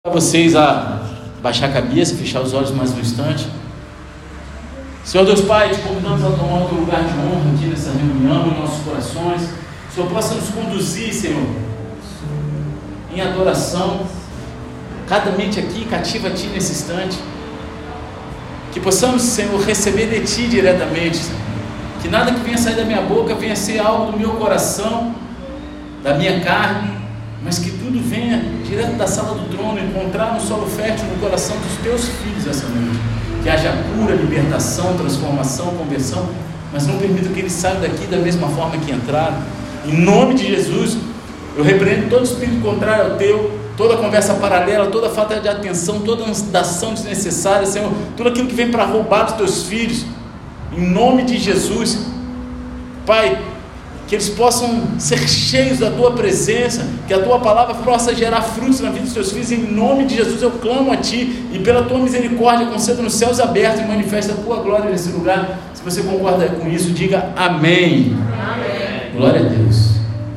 Para vocês a baixar a cabeça, fechar os olhos mais um instante. Senhor Deus Pai, te convidamos a tomar o teu lugar de honra aqui nessa reunião, em nossos corações. O Senhor possa nos conduzir, Senhor, em adoração. Cada mente aqui cativa a Ti nesse instante. Que possamos, Senhor, receber de Ti diretamente, Senhor. Que nada que venha sair da minha boca venha ser algo do meu coração, da minha carne, mas que tudo venha direto da sala do trono, encontrar no solo fértil no coração dos teus filhos essa noite. Que haja cura, libertação, transformação, conversão, mas não permita que eles saiam daqui da mesma forma que entraram. Em nome de Jesus, eu repreendo todo espírito contrário ao teu, toda conversa paralela, toda falta de atenção, toda ação desnecessária, Senhor, tudo aquilo que vem para roubar os teus filhos. Em nome de Jesus, Pai, que eles possam ser cheios da Tua presença, que a Tua palavra possa gerar frutos na vida dos Teus filhos. Em nome de Jesus eu clamo a Ti, e pela Tua misericórdia conceda nos céus abertos e manifesta a Tua glória nesse lugar. Se você concorda com isso, diga amém. Amém. Glória a Deus.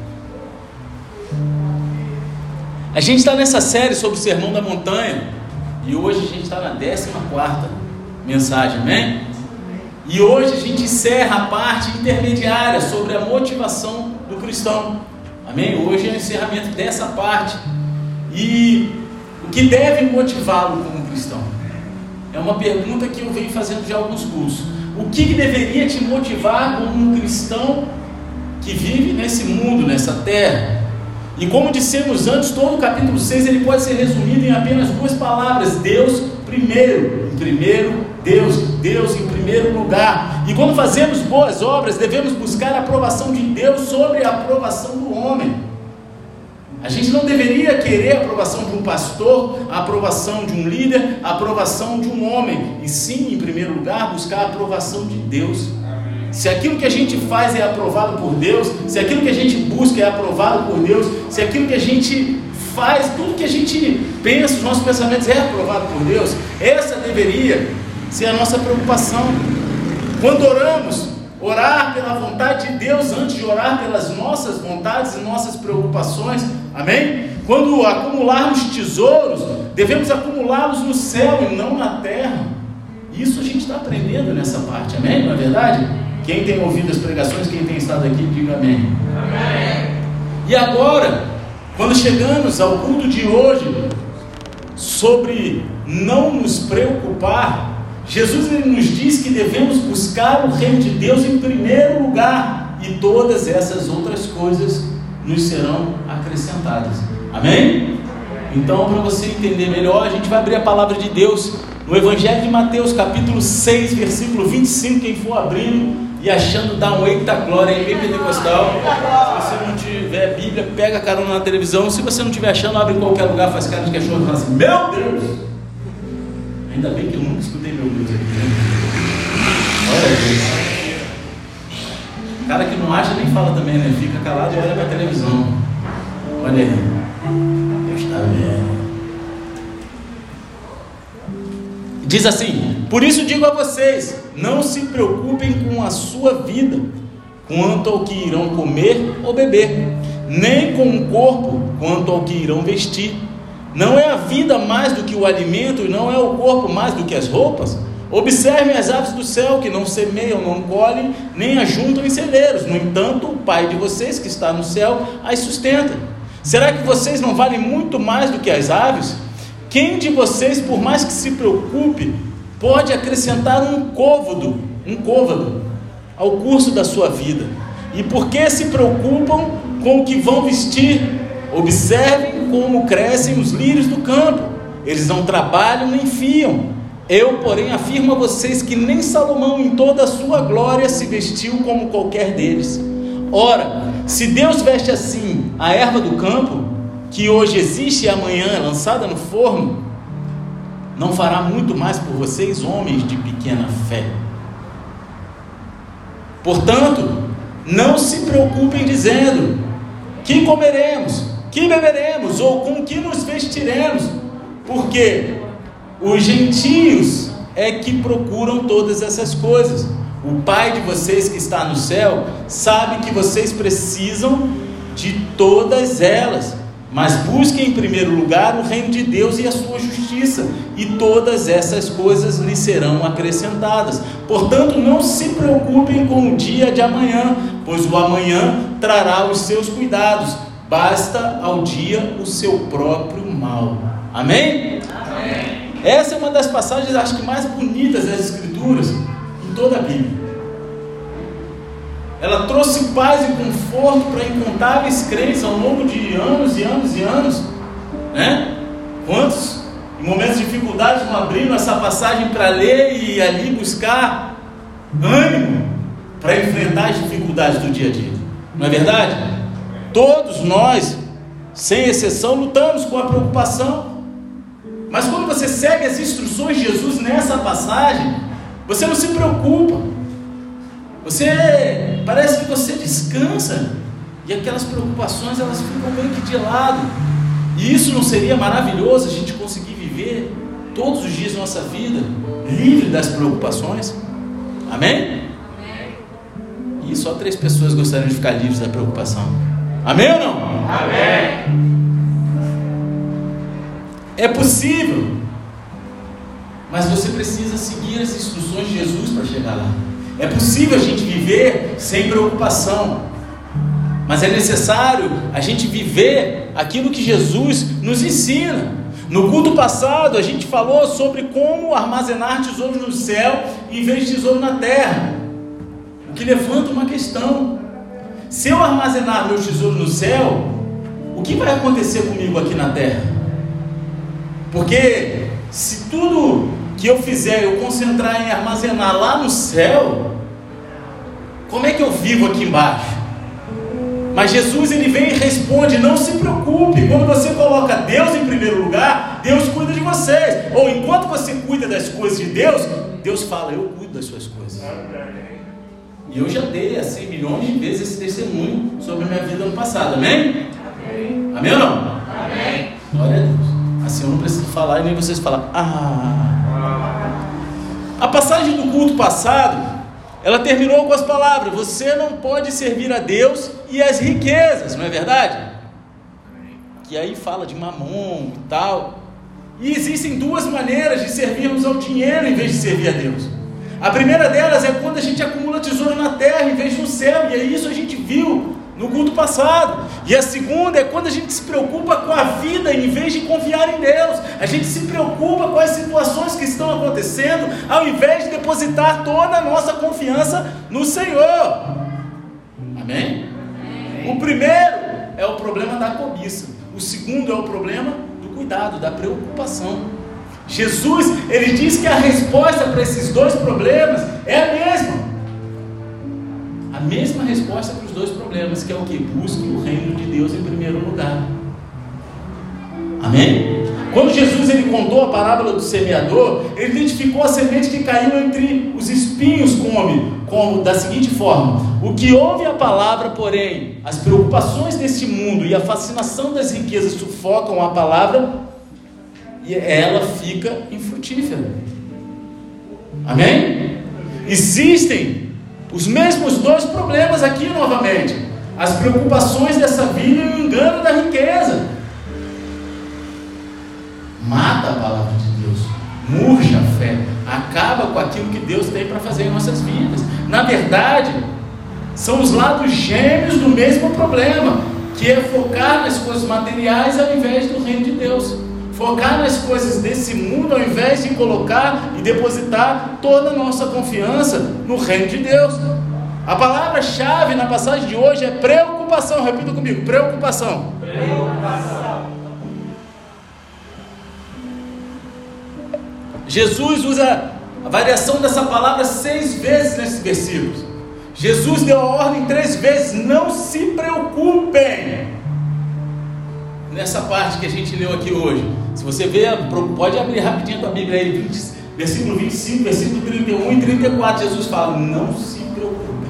A gente está nessa série sobre o Sermão da Montanha, e hoje a gente está na 14ª mensagem, amém? E hoje a gente encerra a parte intermediária sobre a motivação do cristão, amém? Hoje é o encerramento dessa parte. E o que deve motivá-lo como cristão? É uma pergunta que eu venho fazendo já há alguns cursos. O que deveria te motivar como um cristão que vive nesse mundo, nessa terra? E como dissemos antes, todo o capítulo 6 ele pode ser resumido em apenas 2 palavras: Deus primeiro. Em primeiro, Deus em primeiro lugar. E quando fazemos boas obras, devemos buscar a aprovação de Deus sobre a aprovação do homem. A gente não deveria querer a aprovação de um pastor, a aprovação de um líder, a aprovação de um homem, e sim, em primeiro lugar, buscar a aprovação de Deus. Se aquilo que a gente faz é aprovado por Deus, se aquilo que a gente busca é aprovado por Deus, se aquilo que a gente faz, tudo que a gente pensa, os nossos pensamentos é aprovado por Deus, essa deveria ser a nossa preocupação. Quando oramos, orar pela vontade de Deus antes de orar pelas nossas vontades e nossas preocupações, amém? Quando acumularmos tesouros, devemos acumulá-los no céu e não na terra. Isso a gente está aprendendo nessa parte, amém? Não é verdade? Quem tem ouvido as pregações, quem tem estado aqui, diga amém. Amém. E agora, quando chegamos ao culto de hoje, sobre não nos preocupar, Jesus ele nos diz que devemos buscar o reino de Deus em primeiro lugar, e todas essas outras coisas nos serão acrescentadas, amém? Então, para você entender melhor, a gente vai abrir a palavra de Deus no Evangelho de Mateus, capítulo 6, versículo 25, quem for abrindo e achando, dá um eita glória aí, bem pentecostal. Se você não tiver Bíblia, pega a carona na televisão. Se você não estiver achando, abre em qualquer lugar, faz cara de cachorro e fala assim: meu Deus! Ainda bem que eu nunca escutei meu Deus aqui, né? Olha Deus. O cara que não acha nem fala também, né? Fica calado e olha para a televisão. Olha aí, Deus está vendo. Diz assim: por isso digo a vocês, não se preocupem com a sua vida, quanto ao que irão comer ou beber, nem com o corpo, quanto ao que irão vestir. Não é a vida mais do que o alimento, e não é o corpo mais do que as roupas? Observem as aves do céu, que não semeiam, não colhem, nem ajuntam em celeiros. No entanto, o Pai de vocês que está no céu as sustenta. Será que vocês não valem muito mais do que as aves? Quem de vocês, por mais que se preocupe, pode acrescentar um côvado ao curso da sua vida? E por que se preocupam com o que vão vestir? Observem como crescem os lírios do campo. Eles não trabalham nem fiam. Eu, porém, afirmo a vocês que nem Salomão em toda a sua glória se vestiu como qualquer deles. Ora, se Deus veste assim a erva do campo, que hoje existe e amanhã é lançada no forno, não fará muito mais por vocês, homens de pequena fé? Portanto, não se preocupem dizendo: que comeremos, que beberemos, ou com que nos vestiremos, porque os gentios é que procuram todas essas coisas. O Pai de vocês que está no céu sabe que vocês precisam de todas elas. Mas busquem em primeiro lugar o reino de Deus e a sua justiça, e todas essas coisas lhe serão acrescentadas. Portanto, não se preocupem com o dia de amanhã, pois o amanhã trará os seus cuidados. Basta ao dia o seu próprio mal. Amém? Amém. Essa é uma das passagens, acho que mais bonitas das Escrituras em toda a Bíblia. Ela trouxe paz e conforto para incontáveis crentes ao longo de anos e anos e anos, né? Quantos em momentos de dificuldade não abriram essa passagem para ler e ali buscar ânimo para enfrentar as dificuldades do dia a dia? Não é verdade? Todos nós, sem exceção, lutamos com a preocupação. Mas quando você segue as instruções de Jesus nessa passagem, você não se preocupa. Parece que você descansa, e aquelas preocupações elas ficam meio que de lado. E isso não seria maravilhoso, a gente conseguir viver todos os dias da nossa vida livre das preocupações? Amém? E só 3 pessoas gostariam de ficar livres da preocupação. Amém ou não? Amém. É possível, mas você precisa seguir as instruções de Jesus para chegar lá. É possível a gente viver sem preocupação, mas é necessário a gente viver aquilo que Jesus nos ensina. No culto passado a gente falou sobre como armazenar tesouros no céu em vez de tesouro na terra, o que levanta uma questão: se eu armazenar meu tesouro no céu, o que vai acontecer comigo aqui na terra? Porque se tudo que eu fizer eu concentrar em armazenar lá no céu, como é que eu vivo aqui embaixo? Mas Jesus ele vem e responde: não se preocupe. Quando você coloca Deus em primeiro lugar, Deus cuida de vocês. Ou enquanto você cuida das coisas de Deus, Deus fala: eu cuido das suas coisas. E eu já dei assim milhões de vezes esse testemunho sobre a minha vida no passado. Amém? Amém, amém ou não? Amém. Glória a Deus. Assim eu não preciso falar e nem vocês falar. A passagem do culto passado, ela terminou com as palavras: você não pode servir a Deus e as riquezas, não é verdade? Que aí fala de mamon e tal. E existem 2 maneiras de servirmos ao dinheiro em vez de servir a Deus. A primeira delas é quando a gente acumula tesouro na terra em vez de no céu, e é isso a gente viu no culto passado. E a segunda é quando a gente se preocupa com a vida em vez de confiar em Deus. A gente se preocupa com as situações que estão acontecendo ao invés de depositar toda a nossa confiança no Senhor. Amém? O primeiro é o problema da cobiça. O segundo é o problema do cuidado, da preocupação. Jesus, ele diz que a resposta para esses 2 problemas é a mesma. A mesma resposta para os 2 problemas, que é o que? Busque o reino de Deus em primeiro lugar. Amém? Quando Jesus ele contou a parábola do semeador, ele identificou a semente que caiu entre os espinhos, como da seguinte forma: o que ouve a palavra, porém as preocupações deste mundo e a fascinação das riquezas sufocam a palavra, e ela fica infrutífera. Amém? Existem os mesmos 2 problemas aqui novamente: as preocupações dessa vida e o engano da riqueza. Mata a palavra de Deus, murcha a fé, acaba com aquilo que Deus tem para fazer em nossas vidas. Na verdade, são os lados gêmeos do mesmo problema, que é focar nas coisas materiais ao invés do reino de Deus. Focar nas coisas desse mundo ao invés de colocar e depositar toda a nossa confiança no reino de Deus. A palavra-chave na passagem de hoje é preocupação. Repita comigo: preocupação. Preocupação. Jesus usa a variação dessa palavra 6 vezes nesses versículos. Jesus deu a ordem 3 vezes: não se preocupem. Nessa parte que a gente leu aqui hoje, se você ver, pode abrir rapidinho a tua Bíblia aí, versículo 25, versículo 31 e 34, Jesus fala: não se preocupem.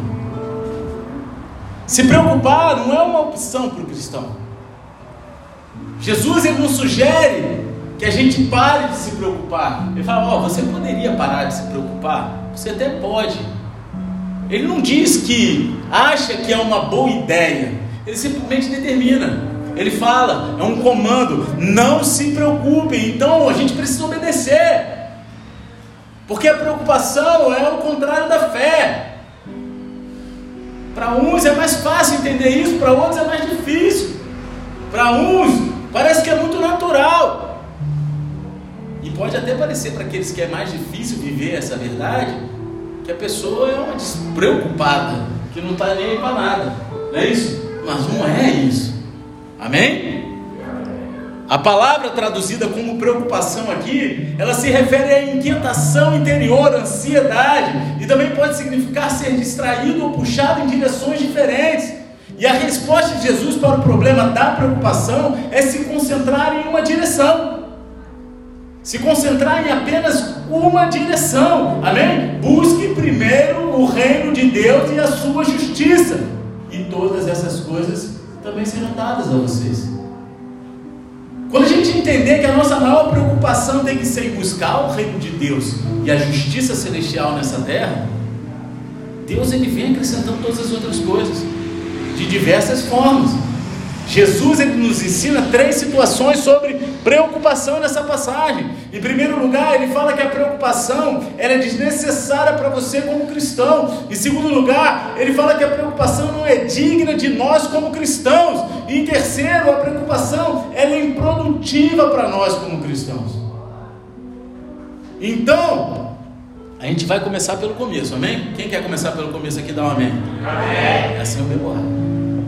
Se preocupar não é uma opção para o cristão. Jesus ele não sugere que a gente pare de se preocupar. Ele fala: você poderia parar de se preocupar? Você até pode. Ele não diz que acha que é uma boa ideia. Ele simplesmente determina: ele fala, é um comando, não se preocupem. Então a gente precisa obedecer, porque a preocupação é o contrário da fé. Para uns é mais fácil entender isso, para outros é mais difícil. Para uns parece que é muito natural, e pode até parecer para aqueles que é mais difícil viver essa verdade, que a pessoa é uma despreocupada, que não está nem aí para nada, não é isso? Mas não é isso, amém? A palavra traduzida como preocupação aqui, ela se refere à inquietação interior, ansiedade, e também pode significar ser distraído ou puxado em direções diferentes. E a resposta de Jesus para o problema da preocupação é se concentrar em uma direção, se concentrar em apenas uma direção, amém? Busque primeiro o reino de Deus e a sua justiça, e todas essas coisas também serão dadas a vocês. Quando a gente entender que a nossa maior preocupação tem que ser em buscar o reino de Deus e a justiça celestial nessa terra, Deus ele vem acrescentando todas as outras coisas de diversas formas. Jesus ele nos ensina 3 situações sobre preocupação nessa passagem. Em primeiro lugar, ele fala que a preocupação ela é desnecessária para você como cristão. Em segundo lugar, ele fala que a preocupação não é digna de nós como cristãos. E em terceiro, a preocupação ela é improdutiva para nós como cristãos. Então, a gente vai começar pelo começo, amém? Quem quer começar pelo começo aqui, dá um amém. Amém. Assim eu bebo água.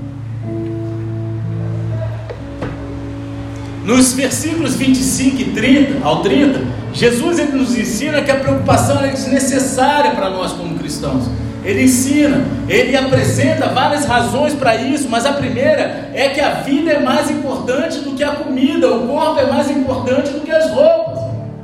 Nos versículos 25 e 30 ao 30, Jesus ele nos ensina que a preocupação é desnecessária para nós como cristãos. Ele ensina, ele apresenta várias razões para isso, mas a primeira é que a vida é mais importante do que a comida, o corpo é mais importante do que as roupas.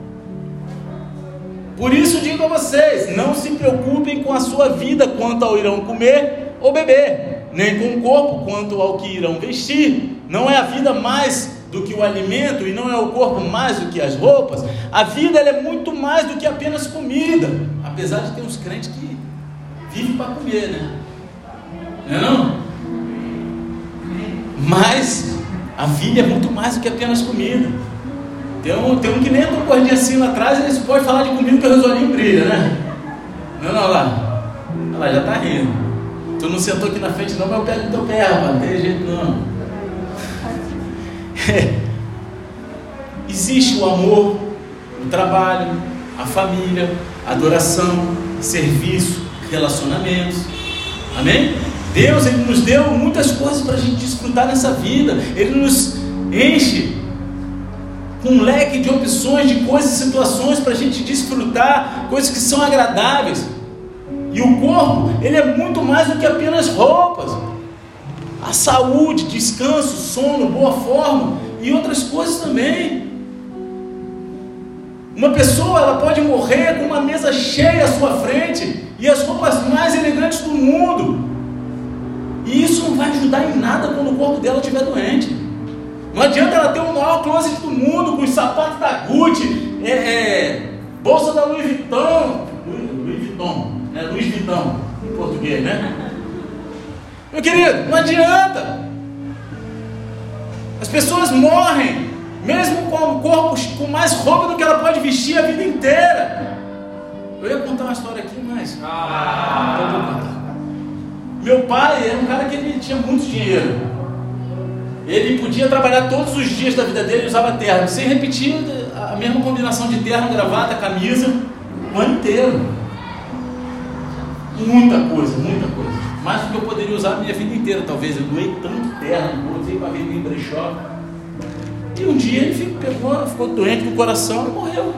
Por isso digo a vocês, não se preocupem com a sua vida quanto ao irão comer ou beber, nem com o corpo quanto ao que irão vestir. Não é a vida mais do que o alimento, e não é o corpo mais do que as roupas. A vida ela é muito mais do que apenas comida, apesar de ter uns crentes que vivem para comer, né? Não é não? Mas a vida é muito mais do que apenas comida. Tem um que nem entrou corridinha assim lá atrás, eles podem falar de comida que o resolinho brilha, né? Não, lá. Olha lá, já está rindo. Tu não sentou aqui na frente não, mas eu pego no teu pé, rapaz, não tem jeito não. Existe o amor, o trabalho, a família, a adoração, serviço, relacionamentos, amém? Deus ele nos deu muitas coisas para a gente desfrutar nessa vida. Ele nos enche com um leque de opções, de coisas e situações para a gente desfrutar, coisas que são agradáveis. E o corpo, ele é muito mais do que apenas roupas. A saúde, descanso, sono, boa forma e outras coisas também. Uma pessoa ela pode morrer com uma mesa cheia à sua frente e as roupas mais elegantes do mundo, e isso não vai ajudar em nada quando o corpo dela estiver doente. Não adianta ela ter o maior closet do mundo, com os sapatos da Gucci, bolsa da Louis Vuitton, Louis Vuitton em português, né? Meu querido, não adianta. As pessoas morrem, mesmo com o corpo com mais roupa do que ela pode vestir a vida inteira. Eu ia contar uma história aqui, mas não vou contar. Meu pai era um cara que ele tinha muito dinheiro. Ele podia trabalhar todos os dias da vida dele e usava terno, sem repetir a mesma combinação de terno, gravata, camisa, o ano inteiro. Muita coisa. Mais do que eu poderia usar a minha vida inteira, talvez. Eu doei tanto terno, usei para vender em brechó. E um dia ele ficou doente no coração e morreu.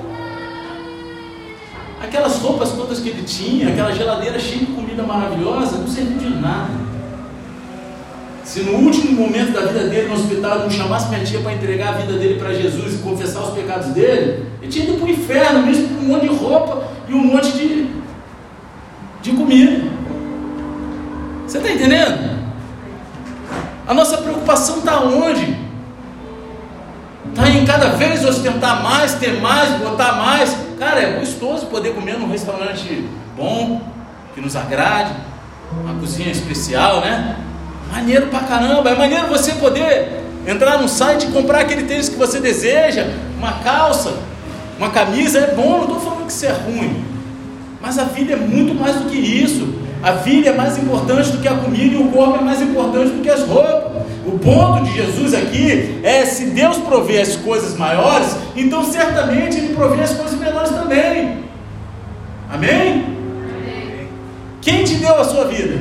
Aquelas roupas todas que ele tinha, aquela geladeira cheia de comida maravilhosa, não serviu de nada. Se no último momento da vida dele no hospital não chamasse minha tia para entregar a vida dele para Jesus e confessar os pecados dele, ele tinha ido para o inferno, mesmo com um monte de roupa e um monte de comida. Você está entendendo? A nossa preocupação está onde? Está em cada vez ostentar mais, ter mais, botar mais. Cara, é gostoso poder comer num restaurante bom, que nos agrade, uma cozinha especial, né? Maneiro pra caramba. É maneiro você poder entrar num site e comprar aquele tênis que você deseja, uma calça, uma camisa, é bom, não estou falando que isso é ruim, mas a vida é muito mais do que isso. A vida é mais importante do que a comida e o corpo é mais importante do que as roupas. O ponto de Jesus aqui é: se Deus provê as coisas maiores, então certamente Ele provê as coisas menores também. Amém? Quem te deu a sua vida?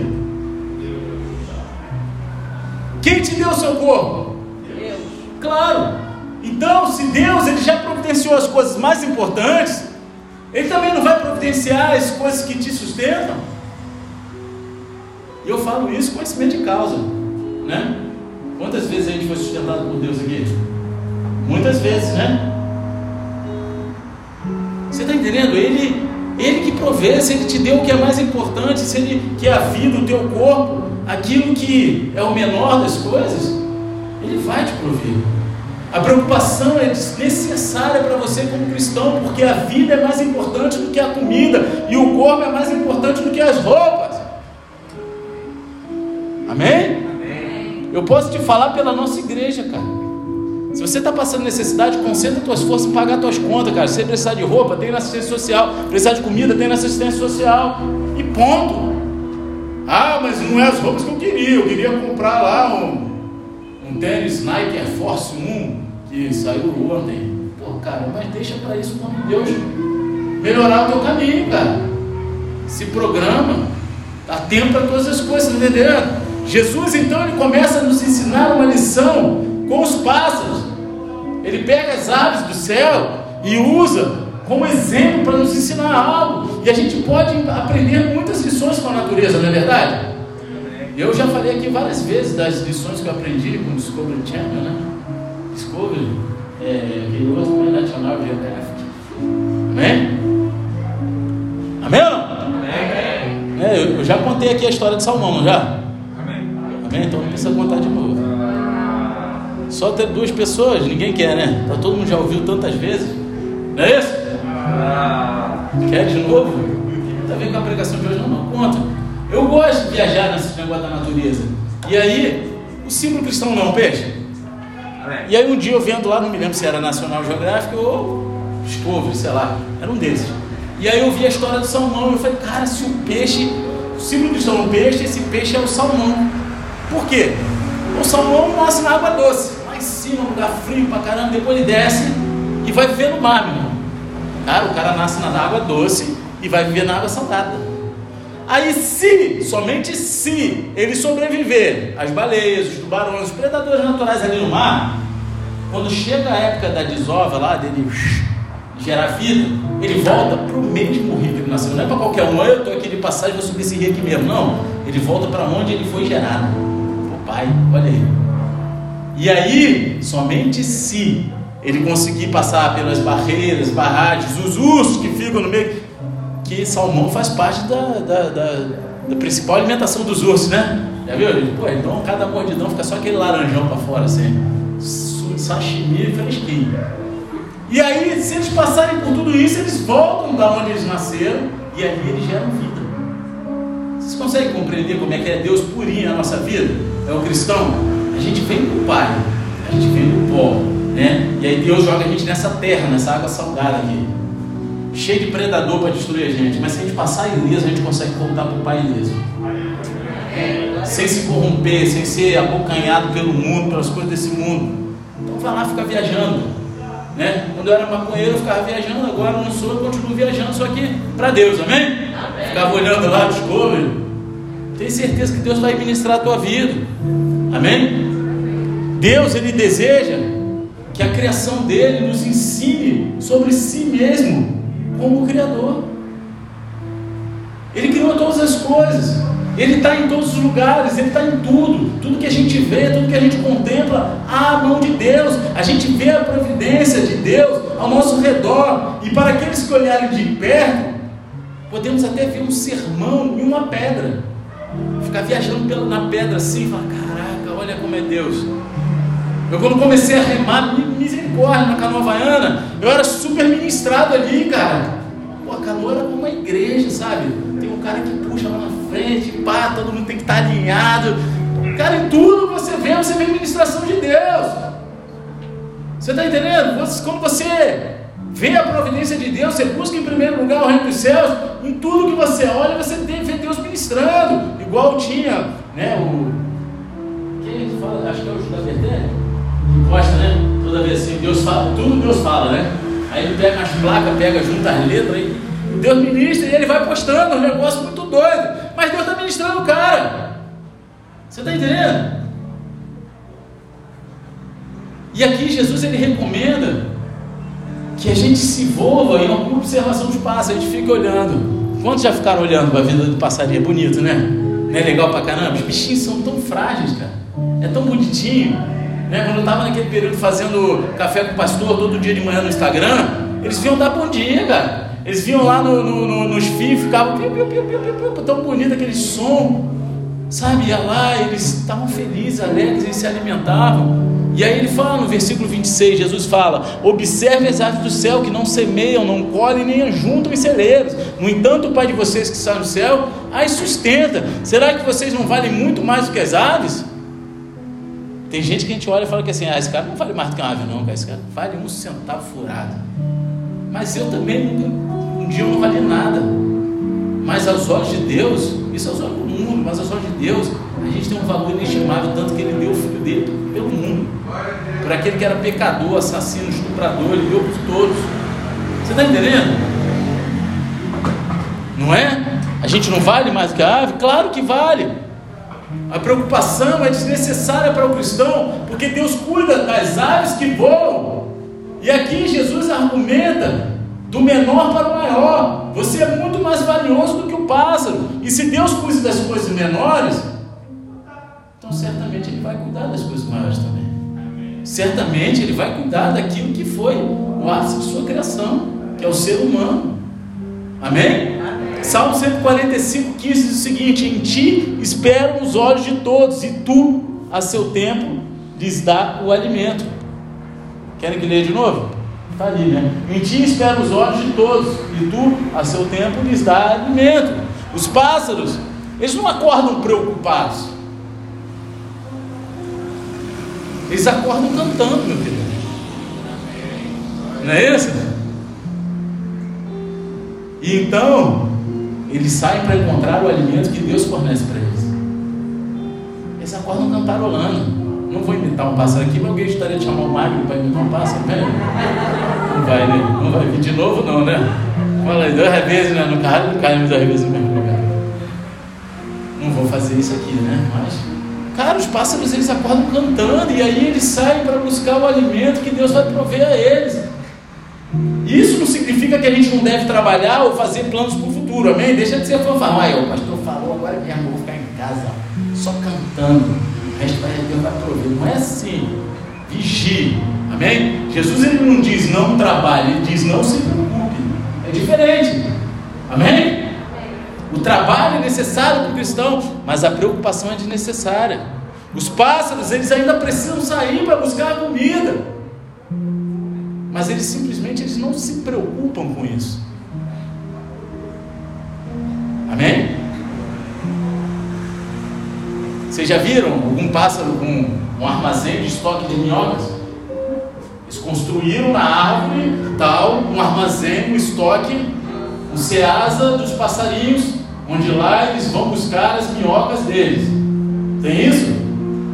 Quem te deu o seu corpo? Deus. Claro. Então, se Deus Ele já providenciou as coisas mais importantes, Ele também não vai providenciar as coisas que te sustentam? E eu falo isso com conhecimento de causa, né? Quantas vezes a gente foi sustentado por Deus aqui? Muitas vezes, né? Você está entendendo? Ele que provê. Se Ele te deu o que é mais importante, se Ele quer a vida, o teu corpo, aquilo que é o menor das coisas, Ele vai te prover. A preocupação é desnecessária para você como cristão, porque a vida é mais importante do que a comida, e o corpo é mais importante do que as roupas. Amém? Amém. Eu posso te falar pela nossa igreja, cara. Se você está passando necessidade, concentra tuas forças em pagar tuas contas, cara. Se você precisar de roupa, tem na assistência social. Precisar de comida, tem na assistência social. E ponto. Ah, mas não é as roupas que eu queria. Eu queria comprar lá um tênis Nike Air Force 1 que saiu ontem. Pô, cara, mas deixa para isso quando Deus melhorar o teu caminho, cara. Se programa. Dá tempo para todas as coisas, tá entendendo? Jesus, então, Ele começa a nos ensinar uma lição com os pássaros. Ele pega as aves do céu e usa como exemplo para nos ensinar algo. E a gente pode aprender muitas lições com a natureza, não é verdade? Eu já falei aqui várias vezes das lições que eu aprendi com o Discovery Channel, né? Discovery, aquele outro, National Geographic. Amém? Amém ou não? Amém. Eu já contei aqui a história de Salmão, não já? Amém? Então não precisa contar de novo. Só ter duas pessoas, ninguém quer, né? Todo mundo já ouviu tantas vezes. Não é isso? Quer de novo? Tá vendo com a pregação de hoje? Não conta. Eu gosto de viajar nesse negócio da natureza. E aí, o símbolo cristão não é um peixe? E aí um dia eu vendo lá, não me lembro se era National Geographic ou Discovery, sei lá, era um desses. E aí eu vi a história do salmão e eu falei, cara, se o símbolo cristão é um peixe, esse peixe é o salmão. Por quê? O salmão nasce na água doce, lá em cima, um lugar frio pra caramba, depois ele desce e vai viver no mar, meu irmão. Cara, o cara nasce na água doce e vai viver na água salgada. Aí somente se ele sobreviver, as baleias, os tubarões, os predadores naturais ali no mar, quando chega a época da desova lá, dele gerar vida, ele volta para o mesmo rio que ele nasceu. Não é para qualquer um, eu estou aqui de passagem, vou subir esse rio aqui mesmo, não. Ele volta para onde ele foi gerado. Pô, pai, olha aí. E aí, somente se ele conseguir passar pelas barreiras, barragens, os ursos que ficam no meio, que salmão faz parte da principal alimentação dos ursos, né? Já viu? Pô, então cada mordidão fica só aquele laranjão para fora, assim, sashimi e fresquinho. E aí, se eles passarem por tudo isso, eles voltam da onde eles nasceram e ali eles geram vida. Vocês conseguem compreender como é que é Deus purinho na nossa vida? É o cristão? A gente vem do Pai, a gente vem do pó, né? E aí Deus joga a gente nessa terra, nessa água salgada aqui, cheio de predador para destruir a gente. Mas se a gente passar ileso, a gente consegue voltar para o Pai ileso, sem se corromper, sem ser abocanhado pelo mundo, pelas coisas desse mundo. Então vai lá, fica viajando. Né? Quando eu era maconheiro eu ficava viajando, agora eu não sou, eu continuo viajando, só que para Deus, amém? Amém? Ficava olhando lá os covers. Tenho certeza que Deus vai ministrar a tua vida, amém? Deus, Ele deseja que a criação dele nos ensine sobre si mesmo como Criador. Ele criou todas as coisas, Ele está em todos os lugares, Ele está em tudo que a gente vê, tudo que a gente contempla, há a mão de Deus, a gente vê a providência de Deus ao nosso redor, e para aqueles que olharem de perto, podemos até ver um sermão em uma pedra, ficar viajando na pedra assim, e falar, caraca, olha como é Deus. Eu quando comecei a remar, misericórdia, na canoa havaiana, eu era super ministrado ali, cara. Pô, a canoa era como uma igreja, sabe? Tem um cara que puxa lá na frente, pá, todo mundo tem que estar alinhado. Cara, em tudo você vê ministração de Deus. Você está entendendo? Quando você vê a providência de Deus, você busca em primeiro lugar o reino dos céus, em tudo que você olha, você vê Deus ministrando. Igual tinha, né, quem fala, acho que é o Judá Bertelli, que gosta, né? Toda vez assim, Deus fala, tudo Deus fala, né? Aí ele pega as placas, junta as letras, aí Deus ministra e ele vai postando um negócio muito doido. Mas Deus está ministrando o cara. Você está entendendo? E aqui Jesus ele recomenda que a gente se envolva em alguma observação dos pássaros. A gente fica olhando. Quantos já ficaram olhando para a vida do passarinho? É bonito, né? Não é legal pra caramba? Os bichinhos são tão frágeis, cara. É tão bonitinho, né? Quando eu estava naquele período fazendo café com o pastor todo dia de manhã no Instagram, eles vinham dar bom dia, cara. Eles vinham lá nos fios, ficavam piu, piu, piu, piu, piu, piu, tão bonito aquele som, sabe? Ia lá, eles estavam felizes, alegres, eles se alimentavam. E aí ele fala no versículo 26, Jesus fala: observe as aves do céu, que não semeiam, não colhem, nem ajuntam em celeiros. No entanto, o Pai de vocês que está no céu as sustenta. Será que vocês não valem muito mais do que as aves? Tem gente que a gente olha e fala que assim, esse cara não vale mais do que uma ave não, cara. Esse cara vale um centavo furado. Mas eu também, um dia eu não valia nada. Mas aos olhos de Deus, isso aos olhos do mundo, mas aos olhos de Deus, a gente tem um valor inestimável, tanto que Ele deu o Filho dele pelo mundo. Por aquele que era pecador, assassino, estuprador, Ele deu por todos. Você está entendendo? Não é? A gente não vale mais do que a ave? Claro que vale. A preocupação é desnecessária para o cristão, porque Deus cuida das aves que voam. E aqui Jesus argumenta do menor para o maior. Você é muito mais valioso do que o pássaro. E se Deus cuida das coisas menores, então certamente Ele vai cuidar das coisas maiores também. Certamente Ele vai cuidar daquilo que foi o ápice de sua criação, que é o ser humano. Amém? Salmo 145, 15 diz o seguinte: em ti esperam os olhos de todos, e tu, a seu tempo, lhes dá o alimento. Querem que leia de novo? Está ali, né? Em ti esperam os olhos de todos, e tu, a seu tempo, lhes dá alimento. Os pássaros, eles não acordam preocupados, eles acordam cantando, meu querido. Não é isso? E então eles saem para encontrar o alimento que Deus fornece para eles. Eles acordam cantarolando. Não vou imitar um pássaro aqui, mas alguém gostaria de chamar o Magno para imitar um pássaro? Não vai, né? Não vai vir de novo, não, né? Fala aí, 2 vezes, né? Não cai 2 vezes no mesmo lugar. Não vou fazer isso aqui, né? Mas, cara, os pássaros eles acordam cantando, e aí eles saem para buscar o alimento que Deus vai prover a eles. Isso não significa que a gente não deve trabalhar ou fazer planos para o futuro, amém? Deixa de ser fanfarrão. O pastor falou, agora mesmo, eu vou ficar em casa só cantando, o resto Deus vai prover. Não é assim. Vigie, amém? Jesus ele não diz não trabalhe, ele diz não se preocupe. É diferente, amém? O trabalho é necessário para o cristão, mas a preocupação é desnecessária. Os pássaros eles ainda precisam sair para buscar a comida, mas eles simplesmente não se preocupam com isso. Amém? Vocês já viram algum pássaro com um armazém de estoque de minhocas? Eles construíram na árvore tal, um armazém, um estoque, um ceasa dos passarinhos, onde lá eles vão buscar as minhocas deles. Tem isso?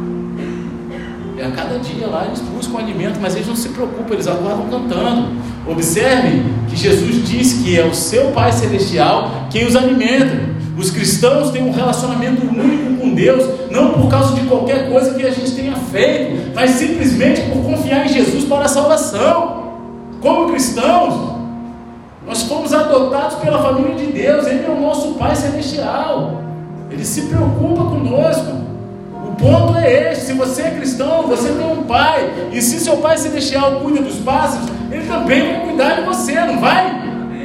E a cada dia lá eles buscam alimento, mas eles não se preocupam, eles acordam cantando. Observe que Jesus disse que é o seu Pai Celestial quem os alimenta. Os cristãos têm um relacionamento único com Deus, não por causa de qualquer coisa que a gente tenha feito, mas simplesmente por confiar em Jesus para a salvação. Como cristãos, nós fomos adotados pela família de Deus. Ele é o nosso Pai Celestial, Ele se preocupa conosco. O ponto é este: se você é cristão, você tem um pai, e se seu Pai Celestial cuida dos pássaros, Ele também vai cuidar de você, não vai?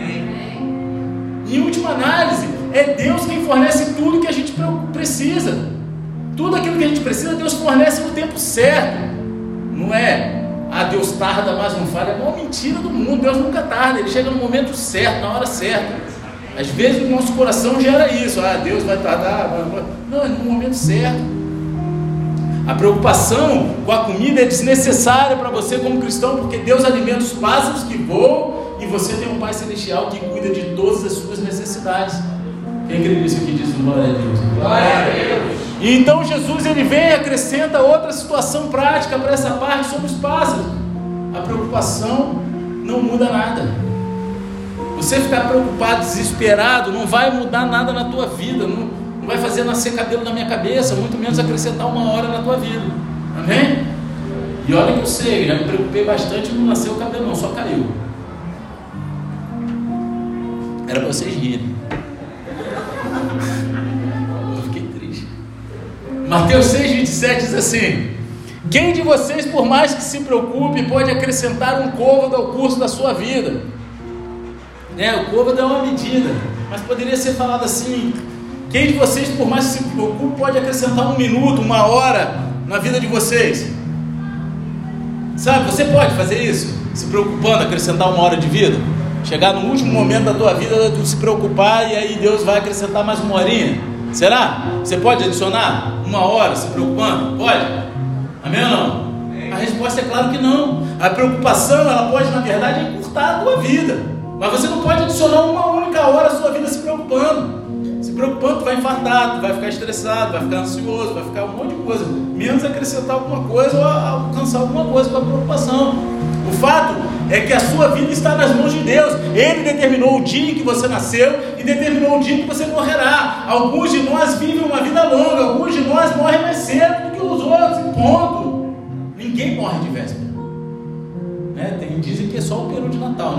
Em última análise, é Deus quem fornece tudo que a gente precisa. Tudo aquilo que a gente precisa, Deus fornece no tempo certo. Não é, Deus tarda, mas não falha. É uma mentira do mundo. Deus nunca tarda, Ele chega no momento certo, na hora certa. Às vezes o nosso coração gera isso: Deus vai tardar. Não, é no momento certo. A preocupação com a comida é desnecessária para você como cristão, porque Deus alimenta os pássaros que voam e você tem um Pai Celestial que cuida de todas as suas necessidades. Quem crê nisso aqui diz glória a Deus. Glória a Deus. E então Jesus ele vem e acrescenta outra situação prática para essa parte sobre os pássaros. A preocupação não muda nada. Você ficar preocupado, desesperado, não vai mudar nada na tua vida, não vai fazer nascer cabelo na minha cabeça, muito menos acrescentar uma hora na tua vida. Amém? E olha que eu sei, já me preocupei bastante, não nasceu o cabelo não, só caiu. Era para vocês rirem. Eu fiquei triste. Mateus 6,27 diz assim: quem de vocês, por mais que se preocupe, pode acrescentar um côvado ao curso da sua vida? O côvado é uma medida, mas poderia ser falado assim: quem de vocês, por mais que se preocupe, pode acrescentar um minuto, uma hora na vida de vocês? Sabe, você pode fazer isso, se preocupando, acrescentar uma hora de vida? Chegar no último momento da tua vida, tu se preocupar e aí Deus vai acrescentar mais uma horinha? Será? Você pode adicionar uma hora se preocupando? Pode? Amém ou não? A resposta é claro que não. A preocupação, ela pode na verdade encurtar a tua vida, mas você não pode adicionar uma única hora à sua vida se preocupando. Se preocupando, tu vai infartar, tu vai ficar estressado, vai ficar ansioso, vai ficar um monte de coisa, menos acrescentar alguma coisa ou alcançar alguma coisa com a preocupação. O fato é que a sua vida está nas mãos de Deus. Ele determinou o dia em que você nasceu e determinou o dia em que você morrerá. Alguns de nós vivem uma vida longa, alguns de nós morrem mais cedo do que os outros, e ponto. Ninguém morre de véspera, dizem que é só o peru de Natal,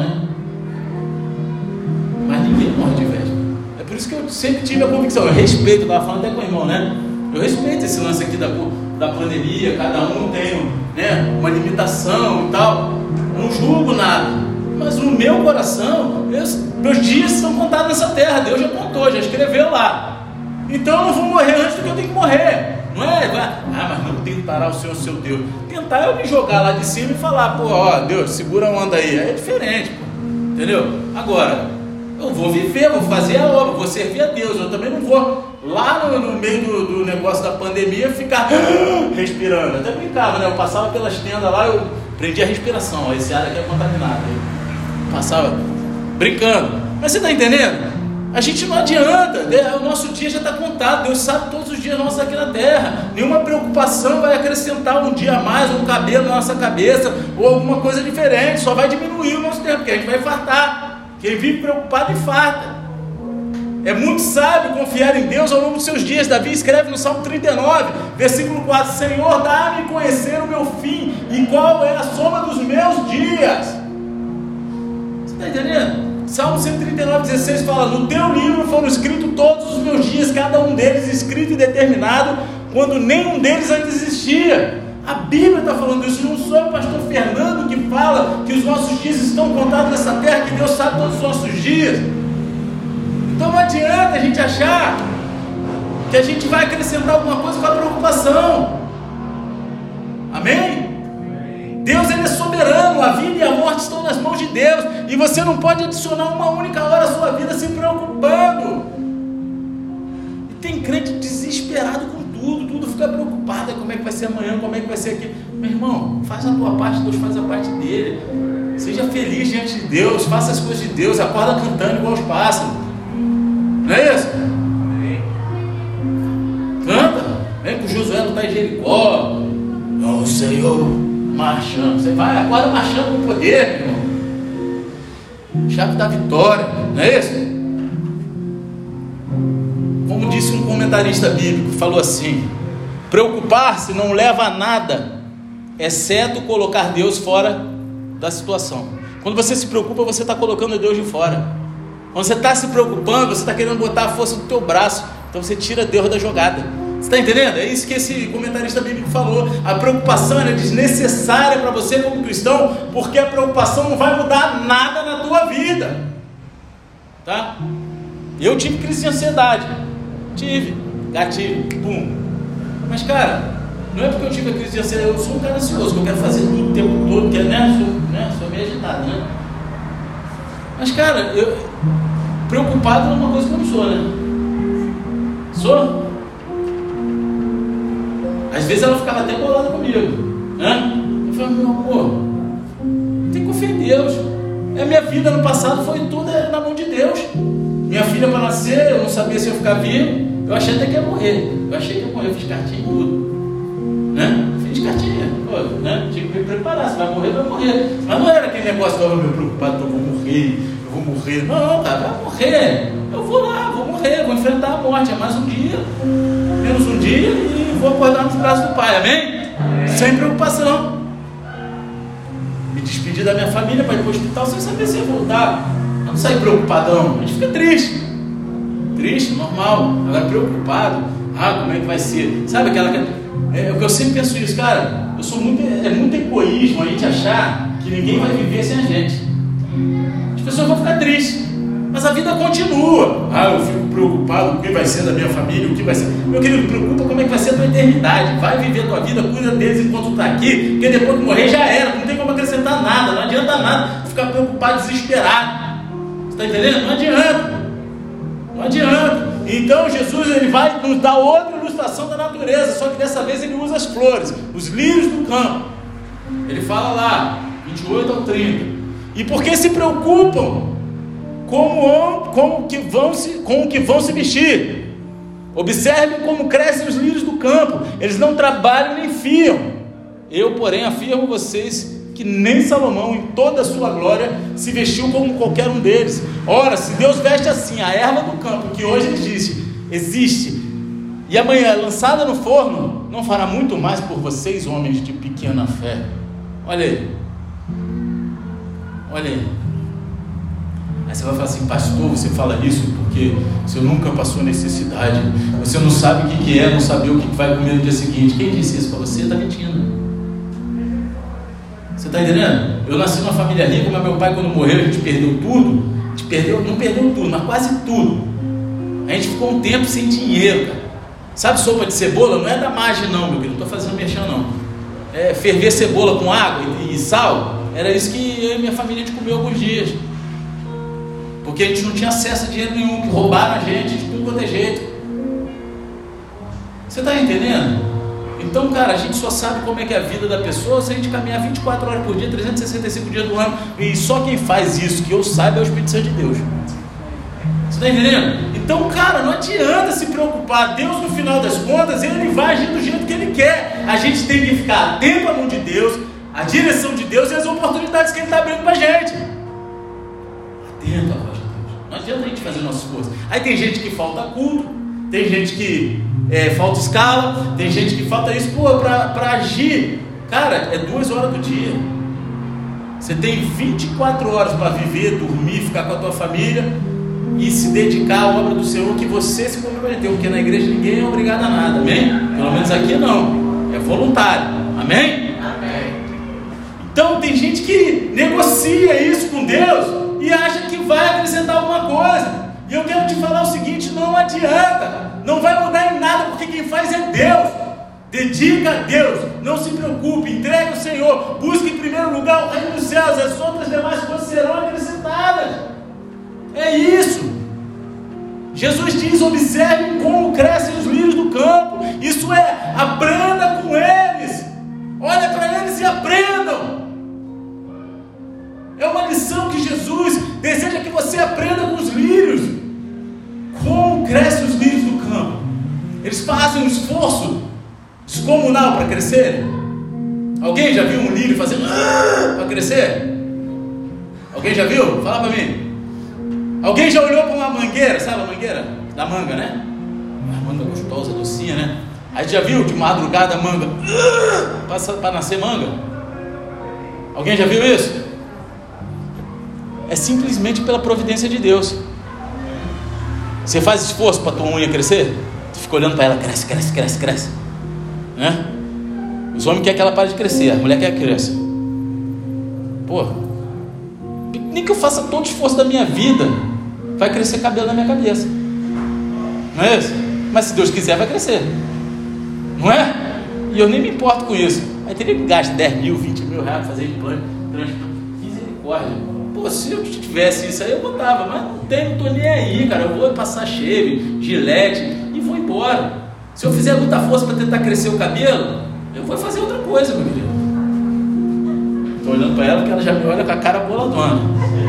mas ninguém morre de véspera. É por isso que eu sempre tive a convicção, eu respeito, eu estava falando até com o irmão, eu respeito esse lance aqui da pandemia, cada um tem uma limitação e tal, não julgo nada, mas no meu coração, meus dias são contados nessa terra, Deus já contou, já escreveu lá, então eu não vou morrer antes do que eu tenho que morrer. Não é, mas não tentará o Senhor seu Deus. Tentar é eu me jogar lá de cima e falar, Deus, segura a onda aí. Aí é diferente, entendeu? Agora, eu vou viver, vou fazer a obra, vou servir a Deus. Eu também não vou lá no meio do negócio da pandemia ficar respirando. Eu até brincava, eu passava pelas tendas lá, eu prendia a respiração. Esse ar aqui é contaminado. Eu passava brincando. Mas você está entendendo? A gente não adianta, o nosso dia já está contado, Deus sabe todos os dias nossos aqui na terra. Nenhuma preocupação vai acrescentar um dia a mais, um cabelo na nossa cabeça, ou alguma coisa diferente, só vai diminuir o nosso tempo, porque a gente vai infartar. Quem vive preocupado infarta. É muito sábio confiar em Deus ao longo dos seus dias. Davi escreve no Salmo 39, versículo 4: Senhor, dá-me conhecer o meu fim, e qual é a soma dos meus dias. Você está entendendo? Salmo 139:16 fala: no teu livro foram escritos todos os meus dias, cada um deles escrito e determinado, quando nenhum deles ainda existia. A Bíblia está falando isso, não sou o pastor Fernando que fala que os nossos dias estão contados nessa terra, que Deus sabe todos os nossos dias. Então não adianta a gente achar que a gente vai acrescentar alguma coisa com a preocupação. Amém? Deus, ele é soberano, a vida e a morte estão nas mãos de Deus, e você não pode adicionar uma única hora à sua vida se preocupando. E tem crente desesperado com tudo fica preocupado, como é que vai ser amanhã, como é que vai ser aqui. Meu irmão, faz a tua parte, Deus faz a parte dele. Seja feliz diante de Deus, faça as coisas de Deus, acorda cantando igual os pássaros. Não é isso? Canta, vem com Josué lutar em Jericó. Oh Senhor, marchando, você vai, acorda marchando com poder, meu irmão. Chave da vitória, não é isso? Como disse um comentarista bíblico, falou assim: preocupar-se não leva a nada, exceto colocar Deus fora da situação. Quando você se preocupa, você está colocando Deus de fora. Quando você está se preocupando, você está querendo botar a força no teu braço, então você tira Deus da jogada. Você está entendendo? É isso que esse comentarista bíblico falou. A preocupação é desnecessária para você como cristão, porque a preocupação não vai mudar nada na tua vida, tá? Eu tive crise de ansiedade, gatilho, pum. Mas cara, não é porque eu tive a crise de ansiedade, eu sou um cara ansioso, que eu quero fazer tudo o tempo todo, que sou meio agitado, Mas cara, preocupado é uma coisa que eu não sou, Sou? Às vezes ela ficava até bolada comigo, né? Eu falava, meu amor, tem que confiar em Deus. A minha vida no passado foi tudo na mão de Deus. Minha filha para nascer, eu não sabia se eu ia ficar vivo. Eu achei até que ia morrer. Eu fiz cartinha e tudo, né? Fiz cartinha, pô, né? Tinha que me preparar. Se vai morrer, vai morrer. Mas não era aquele negócio, eu me preocupado, eu vou morrer. Não, cara, vai morrer. Eu vou lá, vou morrer, vou enfrentar a morte. É mais um dia, menos um dia, e vou acordar nos braços do Pai, amém? Sem preocupação. Me despedir da minha família para ir para o hospital sem saber se ia voltar. Eu não saí preocupadão, a gente fica triste, normal. Agora preocupado, como é que vai ser? Sabe aquela que o que eu sempre penso isso, cara. É muito egoísmo a gente achar que ninguém vai viver sem a gente. As pessoas vão ficar tristes, mas a vida continua. Eu fico preocupado com o que vai ser da minha família, o que vai ser. Meu querido, preocupa como é que vai ser a tua eternidade. Vai viver a tua vida, cuida deles enquanto tu está aqui, porque depois que morrer já era, não tem como acrescentar nada, não adianta nada ficar preocupado, desesperado. Você está entendendo? Não adianta. Então Jesus ele vai nos dar outra ilustração da natureza, só que dessa vez ele usa as flores, os lírios do campo. Ele fala lá, 28 ao 30. E porque se preocupam com o que vão se vestir? Observem como crescem os lírios do campo, eles não trabalham nem fiam. Eu, porém, afirmo a vocês que nem Salomão, em toda a sua glória, se vestiu como qualquer um deles. Ora, se Deus veste assim a erva do campo, que hoje existe, e amanhã é lançada no forno, não fará muito mais por vocês, homens de pequena fé. Olha aí. Aí você vai falar assim, pastor, você fala isso porque você nunca passou necessidade, você não sabe o que é, não saber o que vai comer no dia seguinte. Quem disse isso para você? Está mentindo. Você está entendendo? Eu nasci numa família rica, mas meu pai, quando morreu, a gente perdeu tudo. Não perdeu tudo, mas quase tudo. A gente ficou um tempo sem dinheiro, cara. Sabe sopa de cebola? Não é da margem não, meu querido, não estou fazendo mexer não. É ferver cebola com água e sal. Era isso que eu e minha família a gente comeu alguns dias. Porque a gente não tinha acesso a dinheiro nenhum, que roubaram a gente de tudo quanto é jeito. Você está entendendo? Então, cara, a gente só sabe como é que é a vida da pessoa se a gente caminhar 24 horas por dia, 365 dias do ano. E só quem faz isso, que eu saiba, é o Espírito Santo de Deus. Você está entendendo? Então, cara, não adianta se preocupar. Deus, no final das contas, ele vai agir do jeito que ele quer. A gente tem que ficar atento à mão de Deus, à direção de Deus e às oportunidades que ele está abrindo para a gente. Atento à voz de Deus. Não adianta a gente fazer nossas coisas. Aí tem gente que falta culto, tem gente que falta escala, tem gente que falta isso, para agir. Cara, é 2 horas do dia. Você tem 24 horas para viver, dormir, ficar com a tua família e se dedicar à obra do Senhor que você se comprometeu, porque na igreja ninguém é obrigado a nada, amém? Pelo menos aqui não, é voluntário, amém? Amém. Então tem gente que negocia isso com Deus e acha que vai acrescentar alguma coisa. E eu quero te falar o seguinte, não adianta, não vai mudar em nada, porque quem faz é Deus. Dedica a Deus, não se preocupe, entregue ao Senhor, busque em primeiro lugar o reino dos céus, as outras demais coisas serão acrescentadas. É isso. Jesus diz, observem como crescem os lírios do campo. Isso é, aprenda com eles, olha para eles e aprendam. É uma lição que Jesus deseja que você aprenda com os lírios. Como crescem os lírios do campo? Eles fazem um esforço descomunal para crescer. Alguém já viu um lírio fazendo para crescer? Alguém já viu? Fala para mim. Alguém já olhou para uma mangueira? Sabe a mangueira? Da manga, né? Uma manga gostosa, docinha, né? Aí já viu de madrugada a manga para nascer manga? Alguém já viu isso? É simplesmente pela providência de Deus. Você faz esforço para tua unha crescer? Tu fica olhando para ela, cresce, né? Os homens querem que ela pare de crescer, a mulher quer que cresça. Pô, nem que eu faça todo o esforço da minha vida, vai crescer cabelo na minha cabeça, não é isso? Mas se Deus quiser, vai crescer, não é? E eu nem me importo com isso. Aí teria que gastar 10 mil, 20 mil reais para fazer implante, misericórdia. Pô, se eu tivesse isso aí, eu botava, mas não estou nem aí, cara. Eu vou passar shave, gilete e vou embora. Se eu fizer muita força para tentar crescer o cabelo, eu vou fazer outra coisa, meu querido. Estou olhando para ela porque ela já me olha com a cara boladona.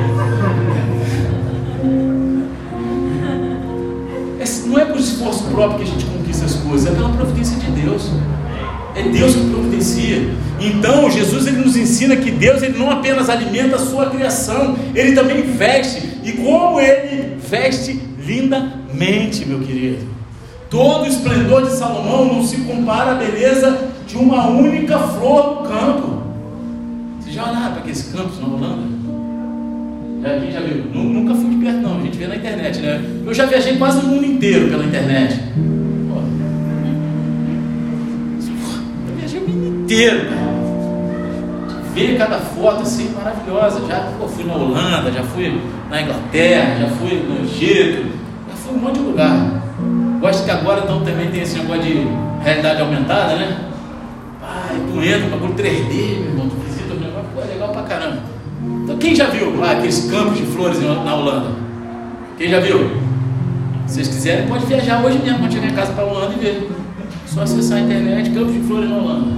Não é por esforço próprio que a gente conquista as coisas, é pela providência de Deus. É Deus que providencia. Então Jesus ele nos ensina que Deus ele não apenas alimenta a sua criação, ele também veste. E como ele veste lindamente, meu querido. Todo o esplendor de Salomão não se compara à beleza de uma única flor do campo. Você já olharam para aqueles campos na Holanda? Quem já viu? Nunca fui de perto não, a gente vê na internet, né? Eu já viajei quase o mundo inteiro pela internet. Eu viajei o mundo inteiro, cara. Ver cada foto assim maravilhosa. Já fui na Holanda, já fui na Inglaterra, já fui no Egito, já fui em um monte de lugar. Gosto que agora então também tem esse negócio de realidade aumentada, né? Tu entra, bagulho 3D, meu irmão, tu visita o negócio, pô, é legal pra caramba. Então quem já viu lá aqueles campos de flores na Holanda? Quem já viu? Se vocês quiserem, pode viajar hoje mesmo, pode chegar em casa para a Holanda e ver. Só acessar a internet, campos de flores na Holanda.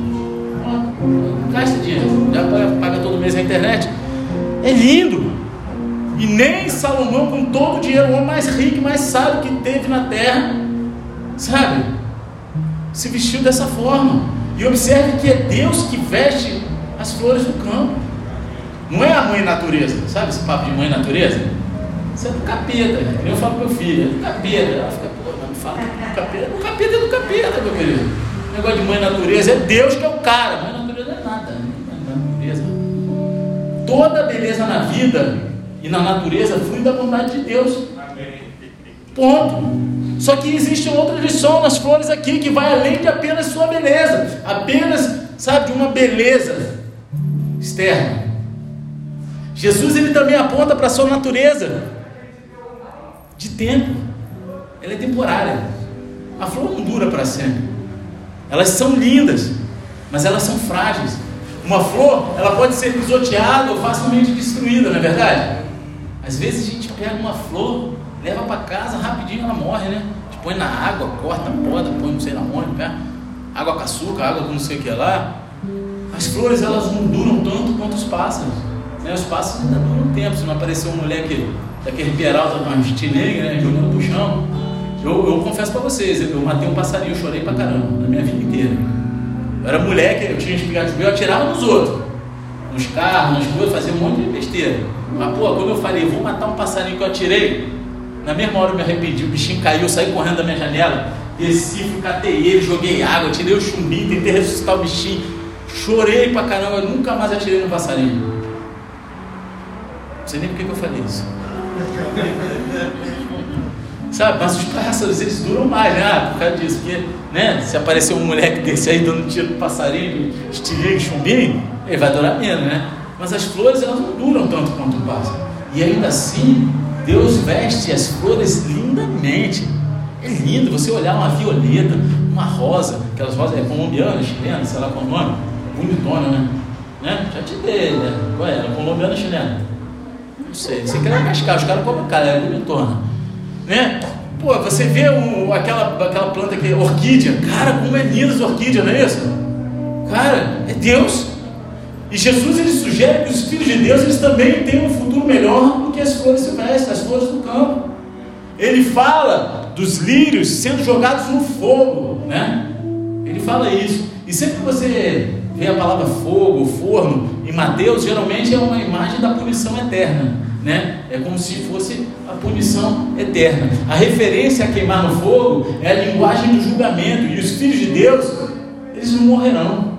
Não gasta dinheiro, já paga todo mês a internet. É lindo. E nem Salomão, com todo o dinheiro, o homem mais rico e mais sábio que teve na terra, sabe, se vestiu dessa forma. E observe que é Deus que veste as flores do campo. Não é a mãe natureza. Sabe esse papo de mãe natureza? Isso é do capeta. Eu falo pro meu filho, é do capeta. Ela fica, pô, mas não fala do capeta. O capeta é do capeta, meu querido. O negócio de mãe natureza é Deus que é o cara. Mãe natureza não é nada. Não é natureza. Toda beleza na vida e na natureza flui da vontade de Deus. Ponto. Só que existe outra lição nas flores aqui que vai além de apenas sua beleza, apenas, sabe, de uma beleza externa. Jesus ele também aponta para a sua natureza de tempo. Ela é temporária. A flor não dura para sempre. Elas são lindas, mas elas são frágeis. Uma flor, ela pode ser pisoteada ou facilmente destruída, não é verdade? Às vezes a gente pega uma flor, leva para casa, rapidinho ela morre, né? A gente põe na água, corta, poda, põe não sei na onde, né? Água com açúcar, água com não sei o que lá. As flores, elas não duram tanto quanto os pássaros, né? Os pássaros ainda duram um tempo. Se não aparecer um moleque daquele Peralta, uma estilingue, né? Jogando pro chão. Eu confesso para vocês, eu matei um passarinho, eu chorei pra caramba, na minha vida inteira. Eu era moleque, eu tinha espingarda de ver, eu atirava nos outros, nos carros, nas coisas, fazia um monte de besteira. Mas pô, quando eu falei, vou matar um passarinho que eu atirei, na mesma hora eu me arrependi, o bichinho caiu, eu saí correndo da minha janela, desci, catei ele, joguei água, tirei o chumbinho, tentei ressuscitar o bichinho, chorei pra caramba, eu nunca mais atirei no passarinho. Não sei nem por que eu falei isso. Sabe, mas os pássaros, eles duram mais, né? Por causa disso, porque, né? Se aparecer um moleque desse aí dando tiro pro passarinho, estilingue, chumbinho, ele vai durar menos, né? Mas as flores, elas não duram tanto quanto o pássaro. E ainda assim, Deus veste as flores lindamente. É lindo você olhar uma violeta, uma rosa, aquelas rosas colombianas, chilenas, sei lá qual é o nome, bonitona, né? Já te dei, né? Qual é? Colombiana, chilena? Não sei, você quer cascar, os caras comem cara, é bonitona. Né? Pô, você vê aquela planta que é orquídea, cara, como é linda essa orquídea, não é isso? Cara, é Deus. E Jesus ele sugere que os filhos de Deus eles também têm um futuro melhor do que as flores silvestres, as flores do campo. Ele fala dos lírios sendo jogados no fogo, né? Ele fala isso. E sempre que você vê a palavra fogo, forno, em Mateus, geralmente é uma imagem da punição eterna, né? É como se fosse a punição eterna. A referência a queimar no fogo é a linguagem do julgamento. E os filhos de Deus, eles não morrerão.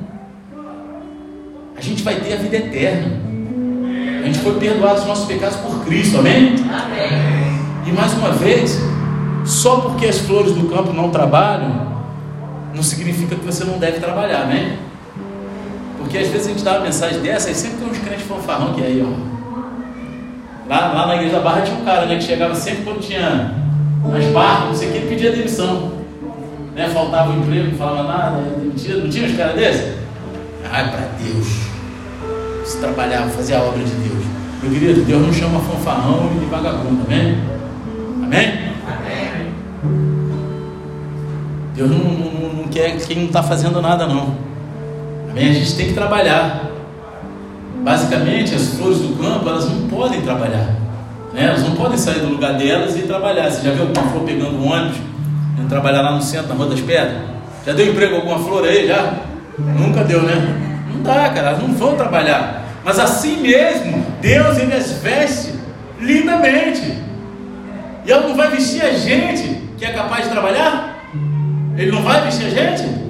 A gente vai ter a vida eterna. A gente foi perdoado dos nossos pecados por Cristo, amém? Amém. E mais uma vez, só porque as flores do campo não trabalham, não significa que você não deve trabalhar, amém? Porque às vezes a gente dá uma mensagem dessa e sempre tem uns crentes fanfarrão que é aí, ó. Lá na igreja da Barra tinha um cara, né, que chegava sempre quando tinha as barras, não sei o que, ele pedia demissão, né? Faltava o emprego, não falava nada, não tinha uns caras desses? Ai, para Deus, se trabalhava, fazia a obra de Deus. Meu querido, Deus não chama fanfarrão e de vagabundo, amém? Amém? Amém. Deus não quer quem não está fazendo nada, não. Amém? A gente tem que trabalhar. Basicamente, as flores do campo, elas não podem trabalhar, né? Elas não podem sair do lugar delas e trabalhar. Você já viu alguma flor pegando um ônibus, indo trabalhar lá no centro, na Rua das Pedras? Já deu emprego a alguma flor aí, já? Nunca deu, né? Não dá, cara, elas não vão trabalhar. Mas assim mesmo, Deus, Ele as veste lindamente. E ela não vai vestir a gente que é capaz de trabalhar? Ele não vai vestir a gente?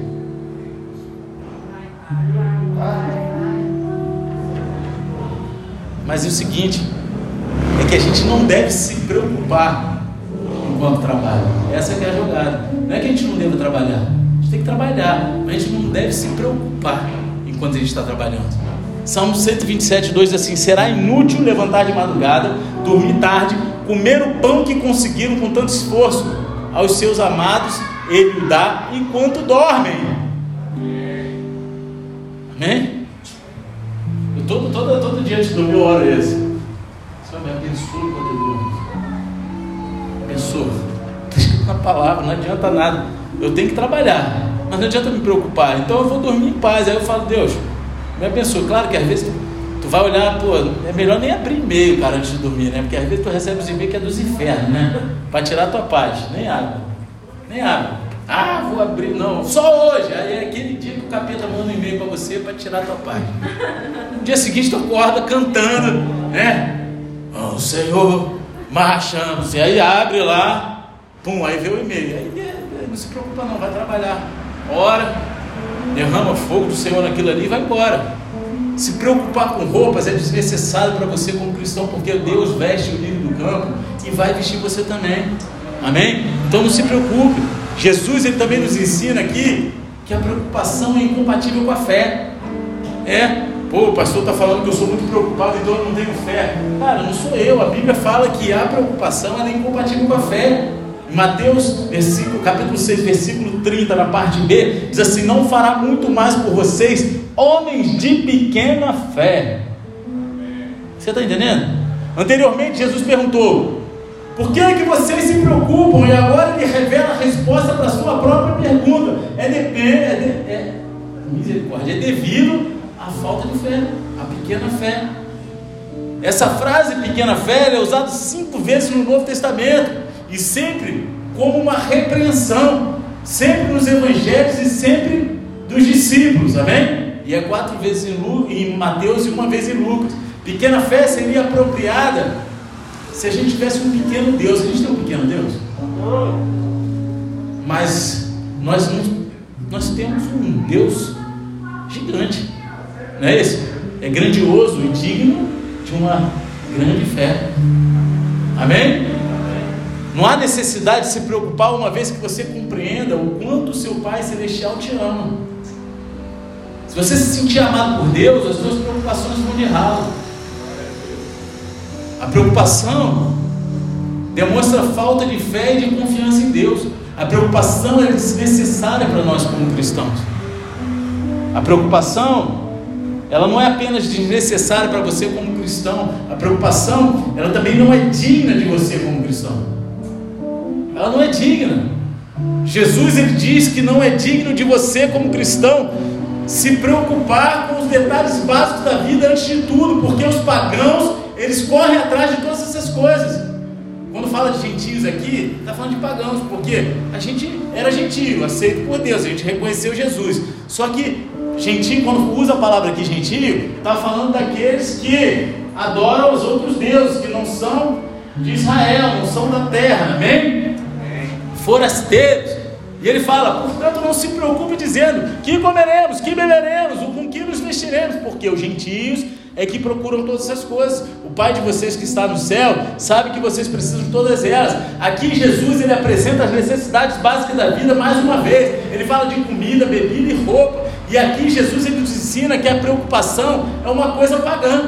Mas é o seguinte, é que a gente não deve se preocupar enquanto trabalha. Essa que é a jogada. Não é que a gente não deva trabalhar, a gente tem que trabalhar, mas a gente não deve se preocupar enquanto a gente está trabalhando. Salmo 127, 2 diz assim: será inútil levantar de madrugada, dormir tarde, comer o pão que conseguiram com tanto esforço. Aos seus amados Ele o dá enquanto dormem. Amém? Todo dia antes de dormir eu oro esse. Senhor, me abençoe quando eu durmo. Abençoa. Está escrito na palavra, não adianta nada. Eu tenho que trabalhar, mas não adianta me preocupar. Então eu vou dormir em paz. Aí eu falo: Deus, me abençoe. Claro que às vezes tu vai olhar, pô, é melhor nem abrir e-mail, cara, antes de dormir, né? Porque às vezes tu recebe os e-mails que é dos infernos, né? Para tirar a tua paz. Nem abre. Ah, vou abrir, não, só hoje. Aí é aquele dia que o capeta manda um e-mail para você para tirar a tua paz. No dia seguinte tu acorda cantando, né? Oh, Senhor, marchamos. E aí abre lá, pum, aí vê o e-mail. Aí não se preocupa não, vai trabalhar. Ora, derrama fogo do Senhor naquilo ali e vai embora. Se preocupar com roupas é desnecessário para você como cristão, porque Deus veste o lírio do campo e vai vestir você também. Amém? Então não se preocupe. Jesus, Ele também nos ensina aqui que a preocupação é incompatível com a fé. O pastor está falando que eu sou muito preocupado, então eu não tenho fé. Cara, não sou eu. A Bíblia fala que a preocupação ela é incompatível com a fé. Em Mateus, capítulo 6, versículo 30, na parte B, diz assim: não fará muito mais por vocês, homens de pequena fé. Você está entendendo? Anteriormente Jesus perguntou: por que é que vocês se preocupam? E agora Ele revela a resposta para a sua própria pergunta. Misericórdia, é devido à falta de fé, à pequena fé. Essa frase pequena fé é usada 5 vezes no Novo Testamento, e sempre como uma repreensão, sempre nos evangelhos e sempre dos discípulos, amém? E é 4 vezes em Mateus e 1 vez em Lucas. Pequena fé seria apropriada se a gente tivesse um pequeno Deus. A gente tem um pequeno Deus, mas nós temos um Deus gigante, não é isso? É grandioso e digno de uma grande fé. Amém? Não há necessidade de se preocupar, uma vez que você compreenda o quanto o seu Pai Celestial te ama. Se você se sentir amado por Deus, as suas preocupações vão de ralo. A preocupação demonstra falta de fé e de confiança em Deus. A preocupação é desnecessária para nós como cristãos. A preocupação, ela não é apenas desnecessária para você como cristão. A preocupação, ela também não é digna de você como cristão. Ela não é digna. Jesus, Ele diz que não é digno de você como cristão se preocupar com os detalhes básicos da vida antes de tudo, porque os pagãos, eles correm atrás de todas essas coisas. Quando fala de gentios aqui, está falando de pagãos, porque a gente era gentio, aceito por Deus, a gente reconheceu Jesus. Só que gentio, quando usa a palavra aqui gentio, está falando daqueles que adoram os outros deuses, que não são de Israel, não são da terra, amém? Forasteiros. E ele fala: portanto não se preocupe dizendo que comeremos, que beberemos, ou com que nos vestiremos, porque os gentios é que procuram todas essas coisas. O Pai de vocês que está no céu sabe que vocês precisam de todas elas. Aqui Jesus, Ele apresenta as necessidades básicas da vida mais uma vez. Ele fala de comida, bebida e roupa. E aqui Jesus, Ele nos ensina que a preocupação é uma coisa pagã.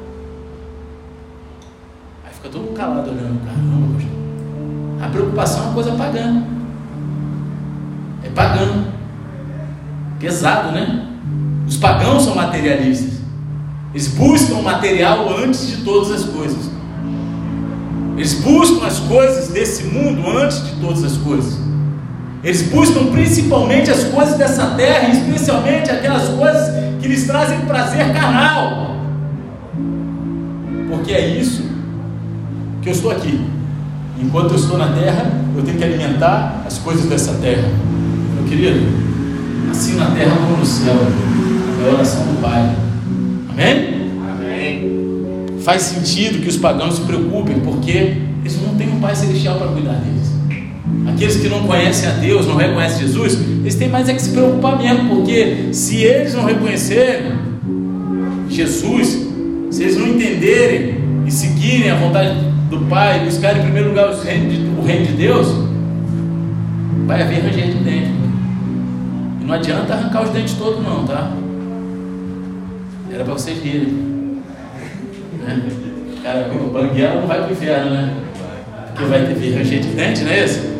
Aí fica todo mundo calado olhando: caramba, a preocupação é uma coisa pagã. É pagã. Pesado, né? Os pagãos são materialistas. Eles buscam o material antes de todas as coisas. Eles buscam as coisas desse mundo antes de todas as coisas. Eles buscam principalmente as coisas dessa terra, e especialmente aquelas coisas que lhes trazem prazer carnal. Porque é isso que eu estou aqui. Enquanto eu estou na terra, eu tenho que alimentar as coisas dessa terra. Meu querido, assim na terra como no céu, é a oração do Pai. Amém? Amém. Faz sentido que os pagãos se preocupem, porque eles não têm um Pai Celestial para cuidar deles. Aqueles que não conhecem a Deus, não reconhecem Jesus, eles têm mais é que se preocupar mesmo, porque se eles não reconhecerem Jesus, se eles não entenderem e seguirem a vontade do Pai, buscarem em primeiro lugar o reino de Deus, vai haver ranger de dente. E não adianta arrancar os dentes todos não, tá? Era para vocês rirem, né? Cara, o banguela não vai pro inferno, né? Porque vai ter ranger de dente, não é isso?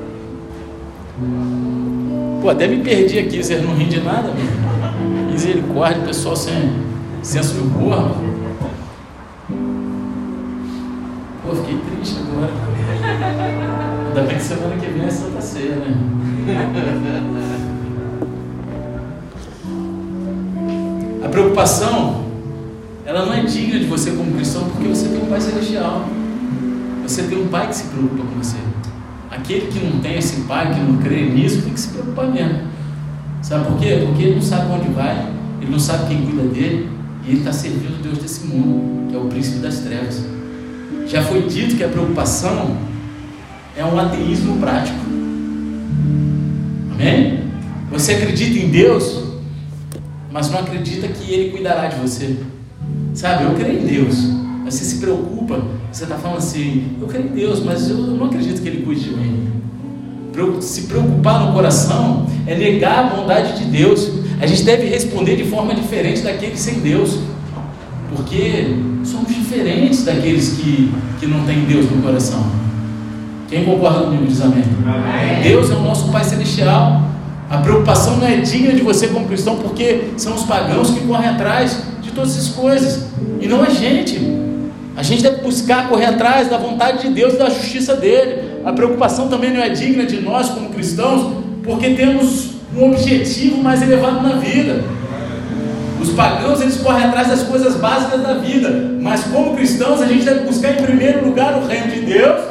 Pô, até me perdi aqui, vocês não riem de nada, mano. Misericórdia, pessoal sem senso de humor. Pô, fiquei triste agora. Ainda bem que semana que vem é Santa Ceia, né? A preocupação, ela não é digna de você como cristão, porque você tem um Pai Celestial. Você tem um Pai que se preocupa com você. Aquele que não tem esse Pai, que não crê nisso, tem que se preocupar mesmo. Sabe por quê? Porque ele não sabe onde vai, ele não sabe quem cuida dele, e ele está servindo o Deus desse mundo, que é o príncipe das trevas. Já foi dito que a preocupação é um ateísmo prático. Amém? Você acredita em Deus, mas não acredita que Ele cuidará de você. Sabe, eu creio em Deus, mas você se preocupa, você está falando assim, eu creio em Deus, mas eu não acredito que Ele cuide de mim. Se preocupar no coração é negar a bondade de Deus. A gente deve responder de forma diferente daqueles sem Deus, porque somos diferentes daqueles que não têm Deus no coração. Quem concorda comigo diz amém? Amém. Deus é o nosso Pai Celestial. A preocupação não é digna de você como cristão, porque são os pagãos que correm atrás de todas essas coisas, e não a gente. A gente deve buscar correr atrás da vontade de Deus e da justiça dele. A preocupação também não é digna de nós como cristãos, porque temos um objetivo mais elevado na vida. Os pagãos, eles correm atrás das coisas básicas da vida, mas como cristãos a gente deve buscar em primeiro lugar o reino de Deus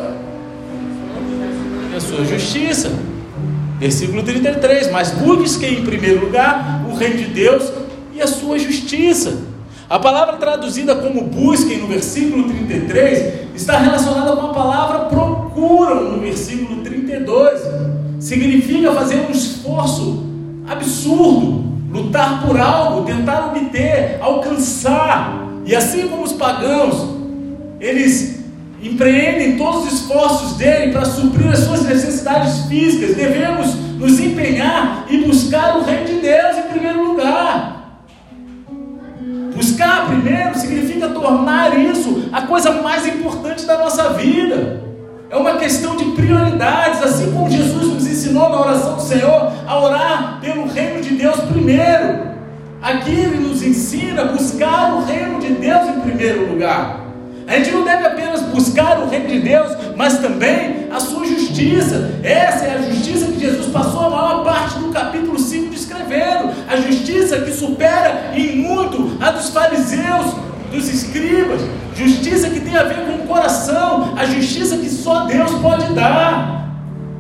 e a sua justiça. Versículo 33, mas busquem em primeiro lugar o reino de Deus e a sua justiça. A palavra traduzida como busquem no versículo 33 está relacionada com a palavra procuram no versículo 32. Significa fazer um esforço absurdo, lutar por algo, tentar obter, alcançar. E assim como os pagãos, eles empreendem todos os esforços dele para suprir as suas necessidades físicas, devemos nos empenhar e buscar o reino de Deus em primeiro lugar. Buscar primeiro significa tornar isso a coisa mais importante da nossa vida. É uma questão de prioridades, assim como Jesus nos ensinou na oração do Senhor a orar pelo reino de Deus primeiro. Aqui Ele nos ensina a buscar o reino de Deus em primeiro lugar. A gente não deve apenas buscar o reino de Deus, mas também a sua justiça. Essa é a justiça que Jesus passou a maior parte do capítulo 5 descrevendo. A justiça que supera em muito a dos fariseus, dos escribas. Justiça que tem a ver com o coração. A justiça que só Deus pode dar.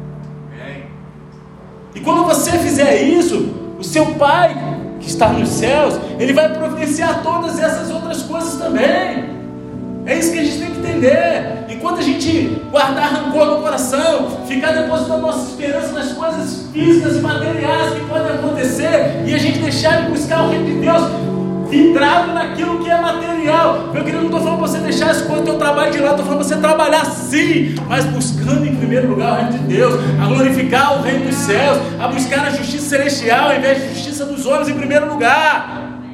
E quando você fizer isso, o seu Pai que está nos céus, Ele vai providenciar todas essas outras coisas também. É isso que a gente tem que entender. Enquanto a gente guardar rancor no coração, ficar depositando nossa esperança nas coisas físicas e materiais que podem acontecer, e a gente deixar de buscar o reino de Deus vidrado naquilo que é material. Meu querido, não estou falando para você deixar as coisas do teu trabalho de lado, estou falando para você trabalhar sim, mas buscando em primeiro lugar o reino de Deus, a glorificar o reino dos céus, a buscar a justiça celestial ao invés de justiça dos homens em primeiro lugar.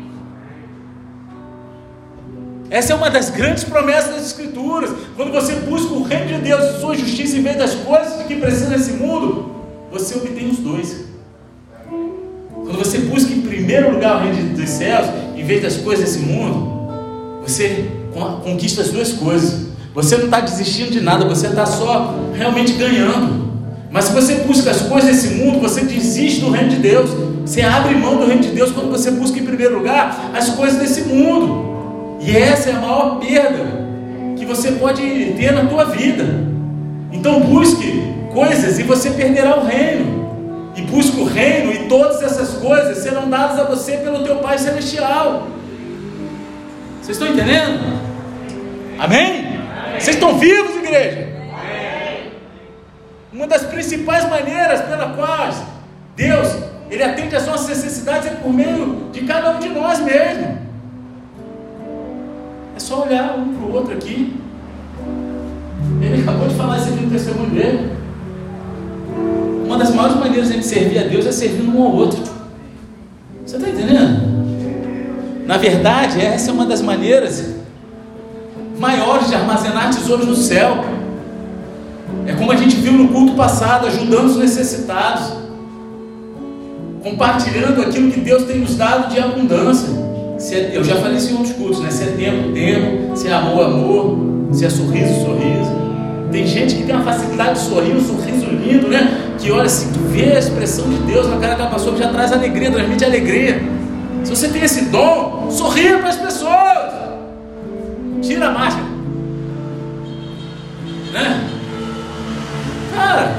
Essa é uma das grandes promessas das Escrituras. Quando você busca o reino de Deus e sua justiça em vez das coisas que precisa nesse mundo, você obtém os dois. Quando você busca em primeiro lugar o reino dos céus em vez das coisas desse mundo, você conquista as duas coisas. Você não está desistindo de nada, você está só realmente ganhando. Mas se você busca as coisas desse mundo, você desiste do reino de Deus. Você abre mão do reino de Deus quando você busca em primeiro lugar as coisas desse mundo. E essa é a maior perda que você pode ter na tua vida. Então busque coisas e você perderá o reino. E busque o reino, e todas essas coisas serão dadas a você pelo teu Pai Celestial. Vocês estão entendendo? Amém? Vocês estão vivos, igreja? Uma das principais maneiras pela qual Deus, Ele atende às nossas necessidades é por meio de cada um de nós mesmo. É só olhar um para o outro aqui. Ele acabou de falar isso aqui no testemunho dele. Uma das maiores maneiras de a gente servir a Deus é servindo um ao outro. Você está entendendo? Na verdade, essa é uma das maneiras maiores de armazenar tesouros no céu. É como a gente viu no culto passado, ajudando os necessitados, compartilhando aquilo que Deus tem nos dado de abundância. Eu já falei isso em outros cultos, né? Se é tempo, tempo, se é amor, amor, se é sorriso, sorriso. Tem gente que tem uma facilidade de sorrir, um sorriso lindo, né? Que olha assim, tu vê a expressão de Deus na cara daquela pessoa, que já traz alegria, transmite alegria. Se você tem esse dom, sorria para as pessoas. Tira a máscara, né? Cara,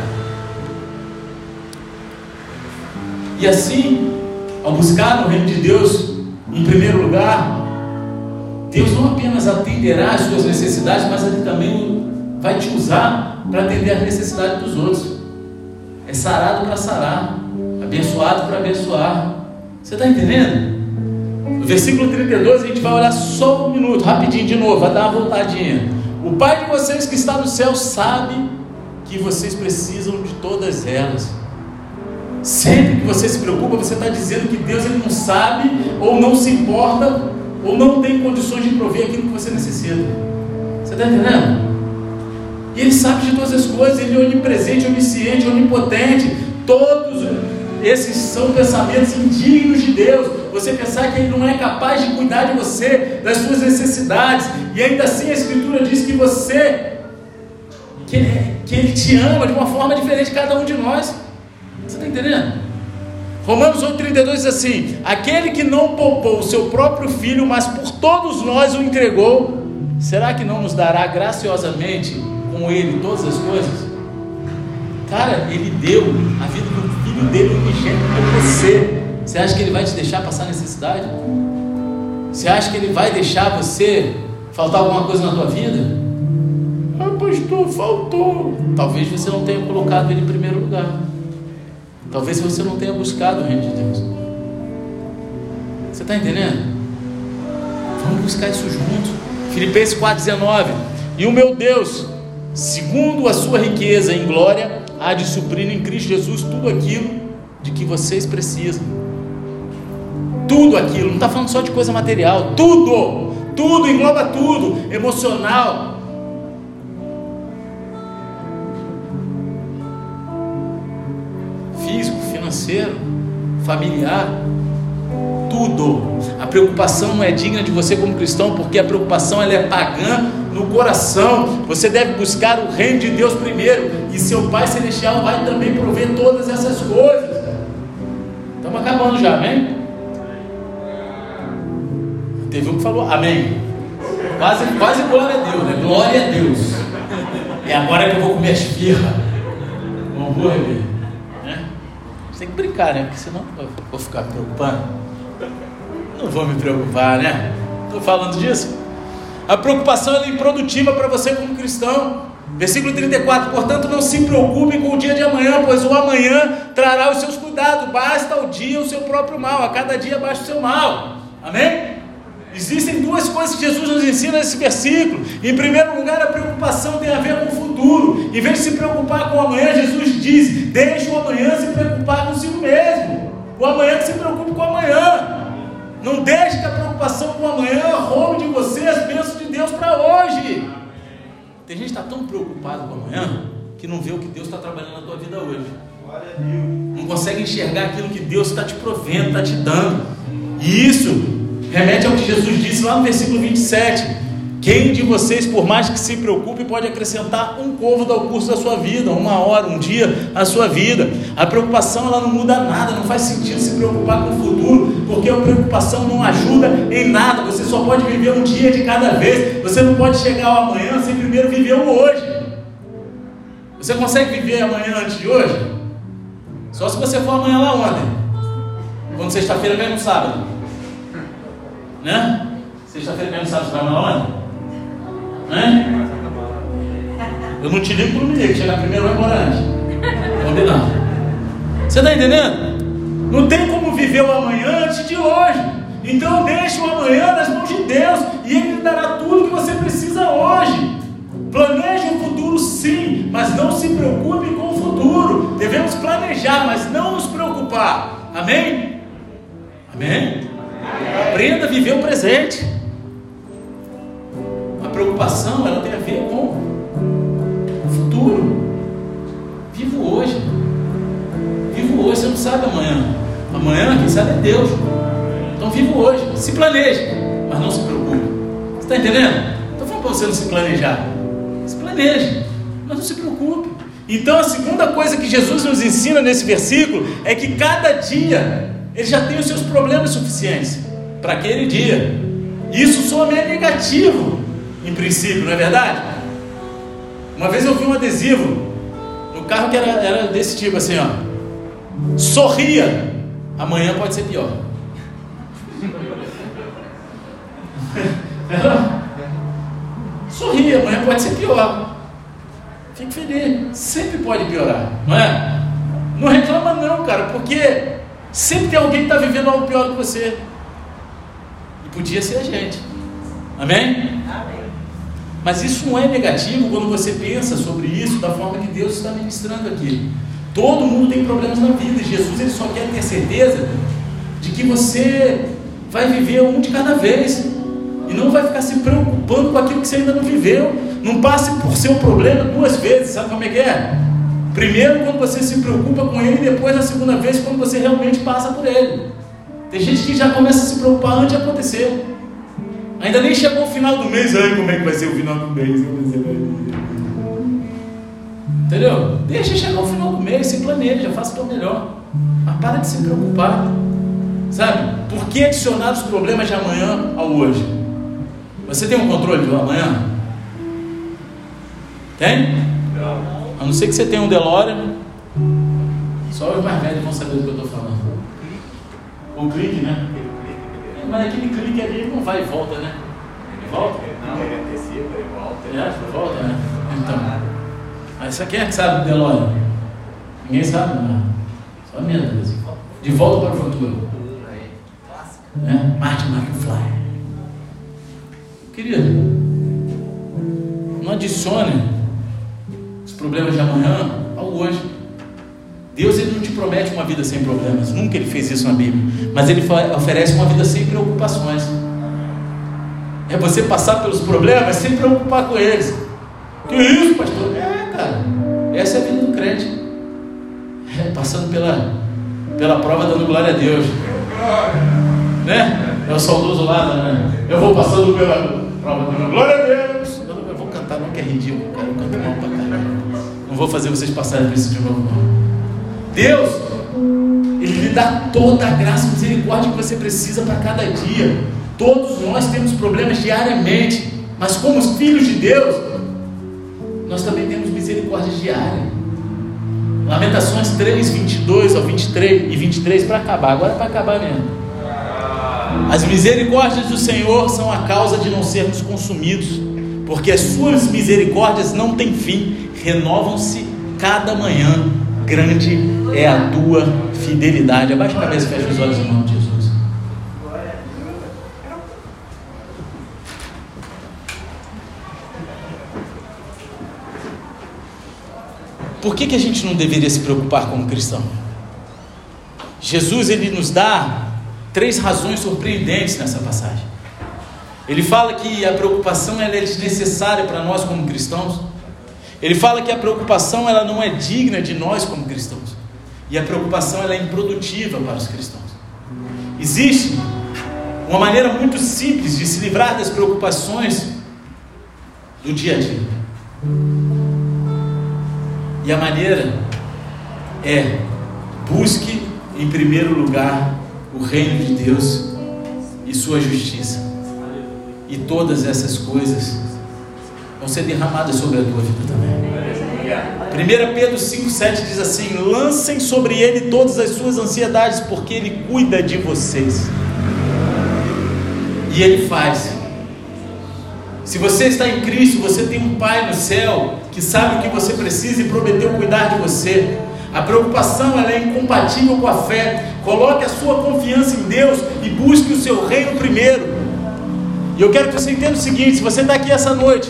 e assim, ao buscar no reino de Deus em primeiro lugar, Deus não apenas atenderá às suas necessidades, mas Ele também vai te usar para atender às necessidades dos outros. É sarado para sarar, abençoado para abençoar. Você está entendendo? No versículo 32 a gente vai olhar só um minuto, rapidinho de novo, vai dar uma voltadinha. O Pai de vocês que está no céu sabe que vocês precisam de todas elas. Sempre que você se preocupa, você está dizendo que Deus ele não sabe, ou não se importa, ou não tem condições de prover aquilo que você necessita. Você está entendendo? E Ele sabe de todas as coisas, Ele é onipresente, onisciente, onipotente. Todos esses são pensamentos indignos de Deus. Você pensar que Ele não é capaz de cuidar de você, das suas necessidades, e ainda assim a Escritura diz que que Ele te ama de uma forma diferente de cada um de nós. Você está entendendo? Romanos 8,32 diz assim: aquele que não poupou o seu próprio filho, mas por todos nós o entregou, será que não nos dará graciosamente com Ele todas as coisas? Cara, Ele deu a vida do filho dele unigênito por você. Você acha que Ele vai te deixar passar necessidade? Você acha que Ele vai deixar você faltar alguma coisa na tua vida? Ah, pastor, faltou. Talvez você não tenha colocado Ele em primeiro lugar. Talvez você não tenha buscado o reino de Deus. Você está entendendo? Vamos buscar isso juntos. Filipenses 4,19: e o meu Deus, segundo a sua riqueza em glória, há de suprir em Cristo Jesus tudo aquilo de que vocês precisam. Tudo aquilo, não está falando só de coisa material, tudo, engloba tudo, emocional, físico, financeiro, familiar, tudo. A preocupação não é digna de você como cristão, porque a preocupação ela é pagã no coração. Você deve buscar o reino de Deus primeiro, e seu Pai Celestial vai também prover todas essas coisas. Estamos acabando já, amém? Teve um que falou amém. Quase glória a Deus, né? Glória a Deus. E agora que eu vou comer as firras, um hambúrguer, né? Você tem que brincar, né? Porque senão eu vou ficar me preocupando. Não vou me preocupar, né? Estou falando disso. A preocupação é improdutiva para você como cristão. Versículo 34: portanto não se preocupe com o dia de amanhã, pois o amanhã trará os seus cuidados. Basta ao dia o seu próprio mal, a cada dia basta o seu mal. Amém? Existem duas coisas que Jesus nos ensina nesse versículo. Em primeiro lugar, a preocupação tem a ver com o futuro. Em vez de se preocupar com o amanhã, Jesus diz: deixe o amanhã se preocupar consigo mesmo. O amanhã que se preocupe com o amanhã. Não deixe que a preocupação com o amanhã roube de você as bênçãos de Deus para hoje. Tem gente que está tão preocupado com o amanhã que não vê o que Deus está trabalhando na tua vida hoje. Não consegue enxergar aquilo que Deus está te provendo, está te dando. E isso remete ao que Jesus disse lá no versículo 27, Quem de vocês, por mais que se preocupe, pode acrescentar um côvado ao curso da sua vida, uma hora, um dia à sua vida? A preocupação, ela não muda nada, não faz sentido se preocupar com o futuro, porque a preocupação não ajuda em nada. Você só pode viver um dia de cada vez. Você não pode chegar ao amanhã sem primeiro viver o hoje. Você consegue viver amanhã antes de hoje? Só se você for amanhã lá ontem, quando sexta-feira cai no sábado, né? Sexta-feira cai no sábado, você vai amanhã ontem? Né? Eu não te ligo para me ligar, chegar primeiro vai embora antes. Combinado. Você está entendendo? Não tem como viver o amanhã antes de hoje. Então deixe o amanhã nas mãos de Deus, e Ele lhe dará tudo que você precisa hoje. Planeje o futuro sim, mas não se preocupe com o futuro. Devemos planejar, mas não nos preocupar. Amém? Amém? Aprenda a viver o presente. A preocupação, ela tem a ver com o futuro. Vivo hoje. Vivo hoje, você não sabe amanhã. Amanhã, quem sabe é Deus. Então vivo hoje. Se planeje, mas não se preocupe. Você está entendendo? Estou falando para você não se planejar. Se planeje, mas não se preocupe. Então a segunda coisa que Jesus nos ensina nesse versículo é que cada dia ele já tem os seus problemas suficientes para aquele dia. Isso só é negativo em princípio, não é verdade? Uma vez eu vi um adesivo no carro que era desse tipo assim, ó: sorria, amanhã pode ser pior. Sorria, amanhã pode ser pior. Fique feliz, sempre pode piorar, não é? Não reclama não, cara, porque sempre tem alguém que está vivendo algo pior que você. E podia ser a gente. Amém? Amém. Mas isso não é negativo quando você pensa sobre isso da forma que Deus está ministrando aqui. Todo mundo tem problemas na vida. Jesus, ele só quer ter certeza de que você vai viver um de cada vez e não vai ficar se preocupando com aquilo que você ainda não viveu. Não passe por seu problema duas vezes. Sabe como é que é? Primeiro quando você se preocupa com ele, e depois na segunda vez quando você realmente passa por ele. Tem gente que já começa a se preocupar antes de acontecer. Ainda nem chegou o final do mês. Ai, como é que vai ser o final do mês? Entendeu? Deixa chegar o final do mês, se planeja, faça o teu melhor. Mas para de se preocupar. Sabe? Por que adicionar os problemas de amanhã ao hoje? Você tem um controle do amanhã? Tem? Não. A não ser que você tenha um DeLorean. Só os mais velhos vão saber do que eu estou falando. O clique, né? Mas aquele clique ali não vai e volta, né? Volta? Não, ele antecipa e volta. Volta, né? Então. Mas isso aqui é que sabe do DeLorean? Ninguém sabe, não. Só a minha Deus. De volta para o futuro. Marty McFly. Querido, não adicione os problemas de amanhã ao hoje. Deus, ele não te promete uma vida sem problemas. Nunca ele fez isso na Bíblia. Mas ele oferece uma vida sem preocupações. É você passar pelos problemas sem preocupar com eles. Que isso, pastor? Cara, essa é a vida do crente. Passando pela prova, dando glória a Deus, né? É o saudoso lá, né? Eu vou passando pela prova, dando glória a Deus. Eu vou cantar, não, que é ridículo, cara. Eu canto mal pra caralho. Não vou fazer vocês passarem por isso de novo, não. Deus, ele lhe dá toda a graça e misericórdia que você precisa para cada dia. Todos nós temos problemas diariamente, mas como os filhos de Deus, nós também temos misericórdia diária. Lamentações 3, 22 ao 23 e 23 para acabar, agora é para acabar mesmo. As misericórdias do Senhor são a causa de não sermos consumidos, porque as suas misericórdias não têm fim, renovam-se cada manhã. Grande é a tua fidelidade. Abaixa a cabeça e fecha os olhos em nome de Jesus. Por que a gente não deveria se preocupar como cristão? Jesus, ele nos dá 3 razões surpreendentes nessa passagem. Ele fala que a preocupação ela é desnecessária para nós como cristãos. Ele fala que a preocupação ela não é digna de nós como cristãos. E a preocupação ela é improdutiva para os cristãos. Existe uma maneira muito simples de se livrar das preocupações do dia a dia. E a maneira é: busque em primeiro lugar o reino de Deus e sua justiça, e todas essas coisas vão ser derramadas sobre a tua vida também. 1 Pedro 5,7 diz assim: lancem sobre ele todas as suas ansiedades, porque ele cuida de vocês. E ele faz. Se você está em Cristo, você tem um Pai no céu que sabe o que você precisa e prometeu cuidar de você. A preocupação, ela é incompatível com a fé. Coloque a sua confiança em Deus e busque o seu reino primeiro. E eu quero que você entenda o seguinte: se você está aqui essa noite,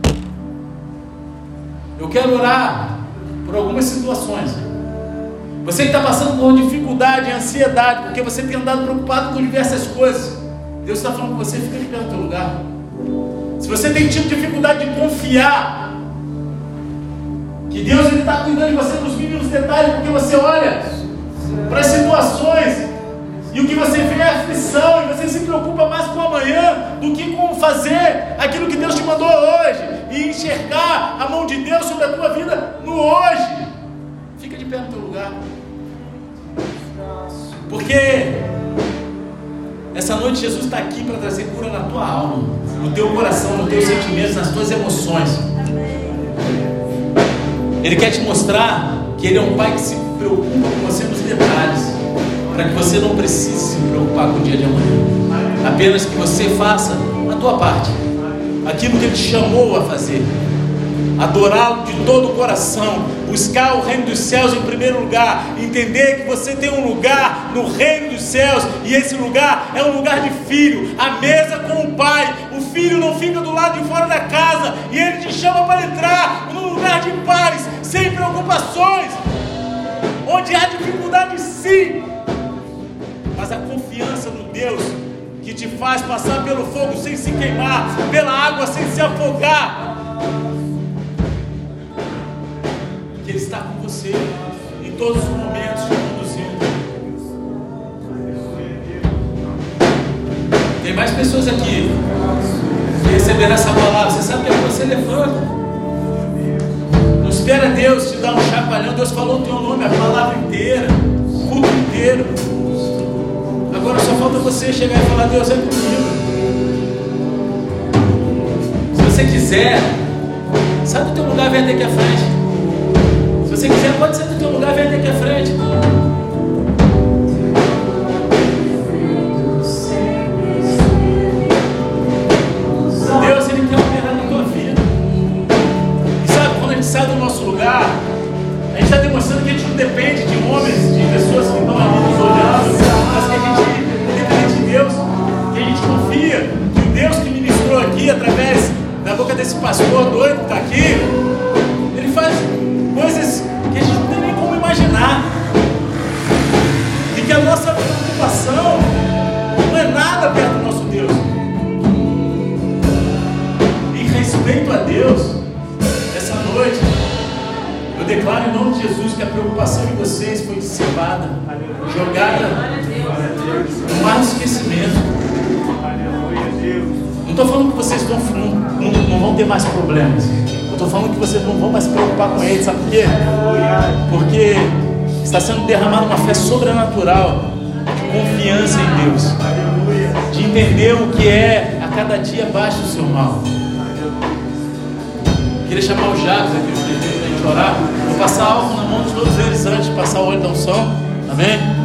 eu quero orar por algumas situações. Você que está passando por dificuldade, ansiedade, porque você tem andado preocupado com diversas coisas, Deus está falando com você: fica de pé no teu lugar. Se você tem tido dificuldade de confiar que Deus está cuidando de você nos mínimos detalhes, porque você olha para as situações e o que você vê é aflição, e você se preocupa mais com o amanhã do que com fazer aquilo que Deus te mandou hoje, e enxergar a mão de Deus sobre a tua vida no hoje. Fica de pé no teu lugar, porque essa noite Jesus está aqui para trazer cura na tua alma, no teu coração, nos teus sentimentos, nas tuas emoções. Ele quer te mostrar que Ele é um Pai que se preocupa com você nos detalhes, para que você não precise se preocupar com o dia de amanhã. Apenas que você faça a tua parte, aquilo que Ele te chamou a fazer. Adorá-lo de todo o coração, buscar o reino dos céus em primeiro lugar, entender que você tem um lugar no reino dos céus, e esse lugar é um lugar de filho, a mesa com o Pai. O filho não fica do lado de fora da casa, e ele te chama para entrar num lugar de paz, sem preocupações, onde há dificuldade sim, mas a confiança no Deus que te faz passar pelo fogo sem se queimar, pela água sem se afogar. Que Ele está com você em todos os momentos, te conduzindo. Tem mais pessoas aqui que receberam essa palavra. Você sabe que é que você levanta. Não espera Deus te dar um chacoalhão. Deus falou o teu nome, a palavra inteira, o culto inteiro. Agora só falta você chegar e falar: Deus é comigo. Se você quiser, sai do teu lugar, vem até aqui à frente. Se você quiser, pode sair do teu lugar, vem até aqui à frente. Deus, Ele quer operar na tua vida. E sabe, quando a gente sai do nosso lugar, a gente está demonstrando que a gente não depende de homens, de pessoas que estão ali nos olhando, mas que a gente depende de Deus, que a gente confia que o Deus que ministrou aqui, através da boca desse pastor doido que está aqui, Ele faz coisas que a gente não tem nem como imaginar, e que a nossa preocupação não é nada perto do nosso Deus. Em respeito a Deus, essa noite eu declaro em nome de Jesus que a preocupação de vocês foi dissipado, jogada no mar do esquecimento. Não estou falando que vocês não vão ter mais problemas. Eu estou falando que vocês não vão mais se preocupar com eles. Sabe por quê? Porque está sendo derramada uma fé sobrenatural de confiança em Deus, de entender o que é a cada dia abaixo do seu mal. Queria chamar o Jacques aqui para a gente orar. Vou passar algo na mão de todos eles antes de passar o óleo da unção. Amém?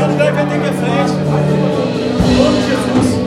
lugar e vai ter que ir à frente. Em nome de Jesus.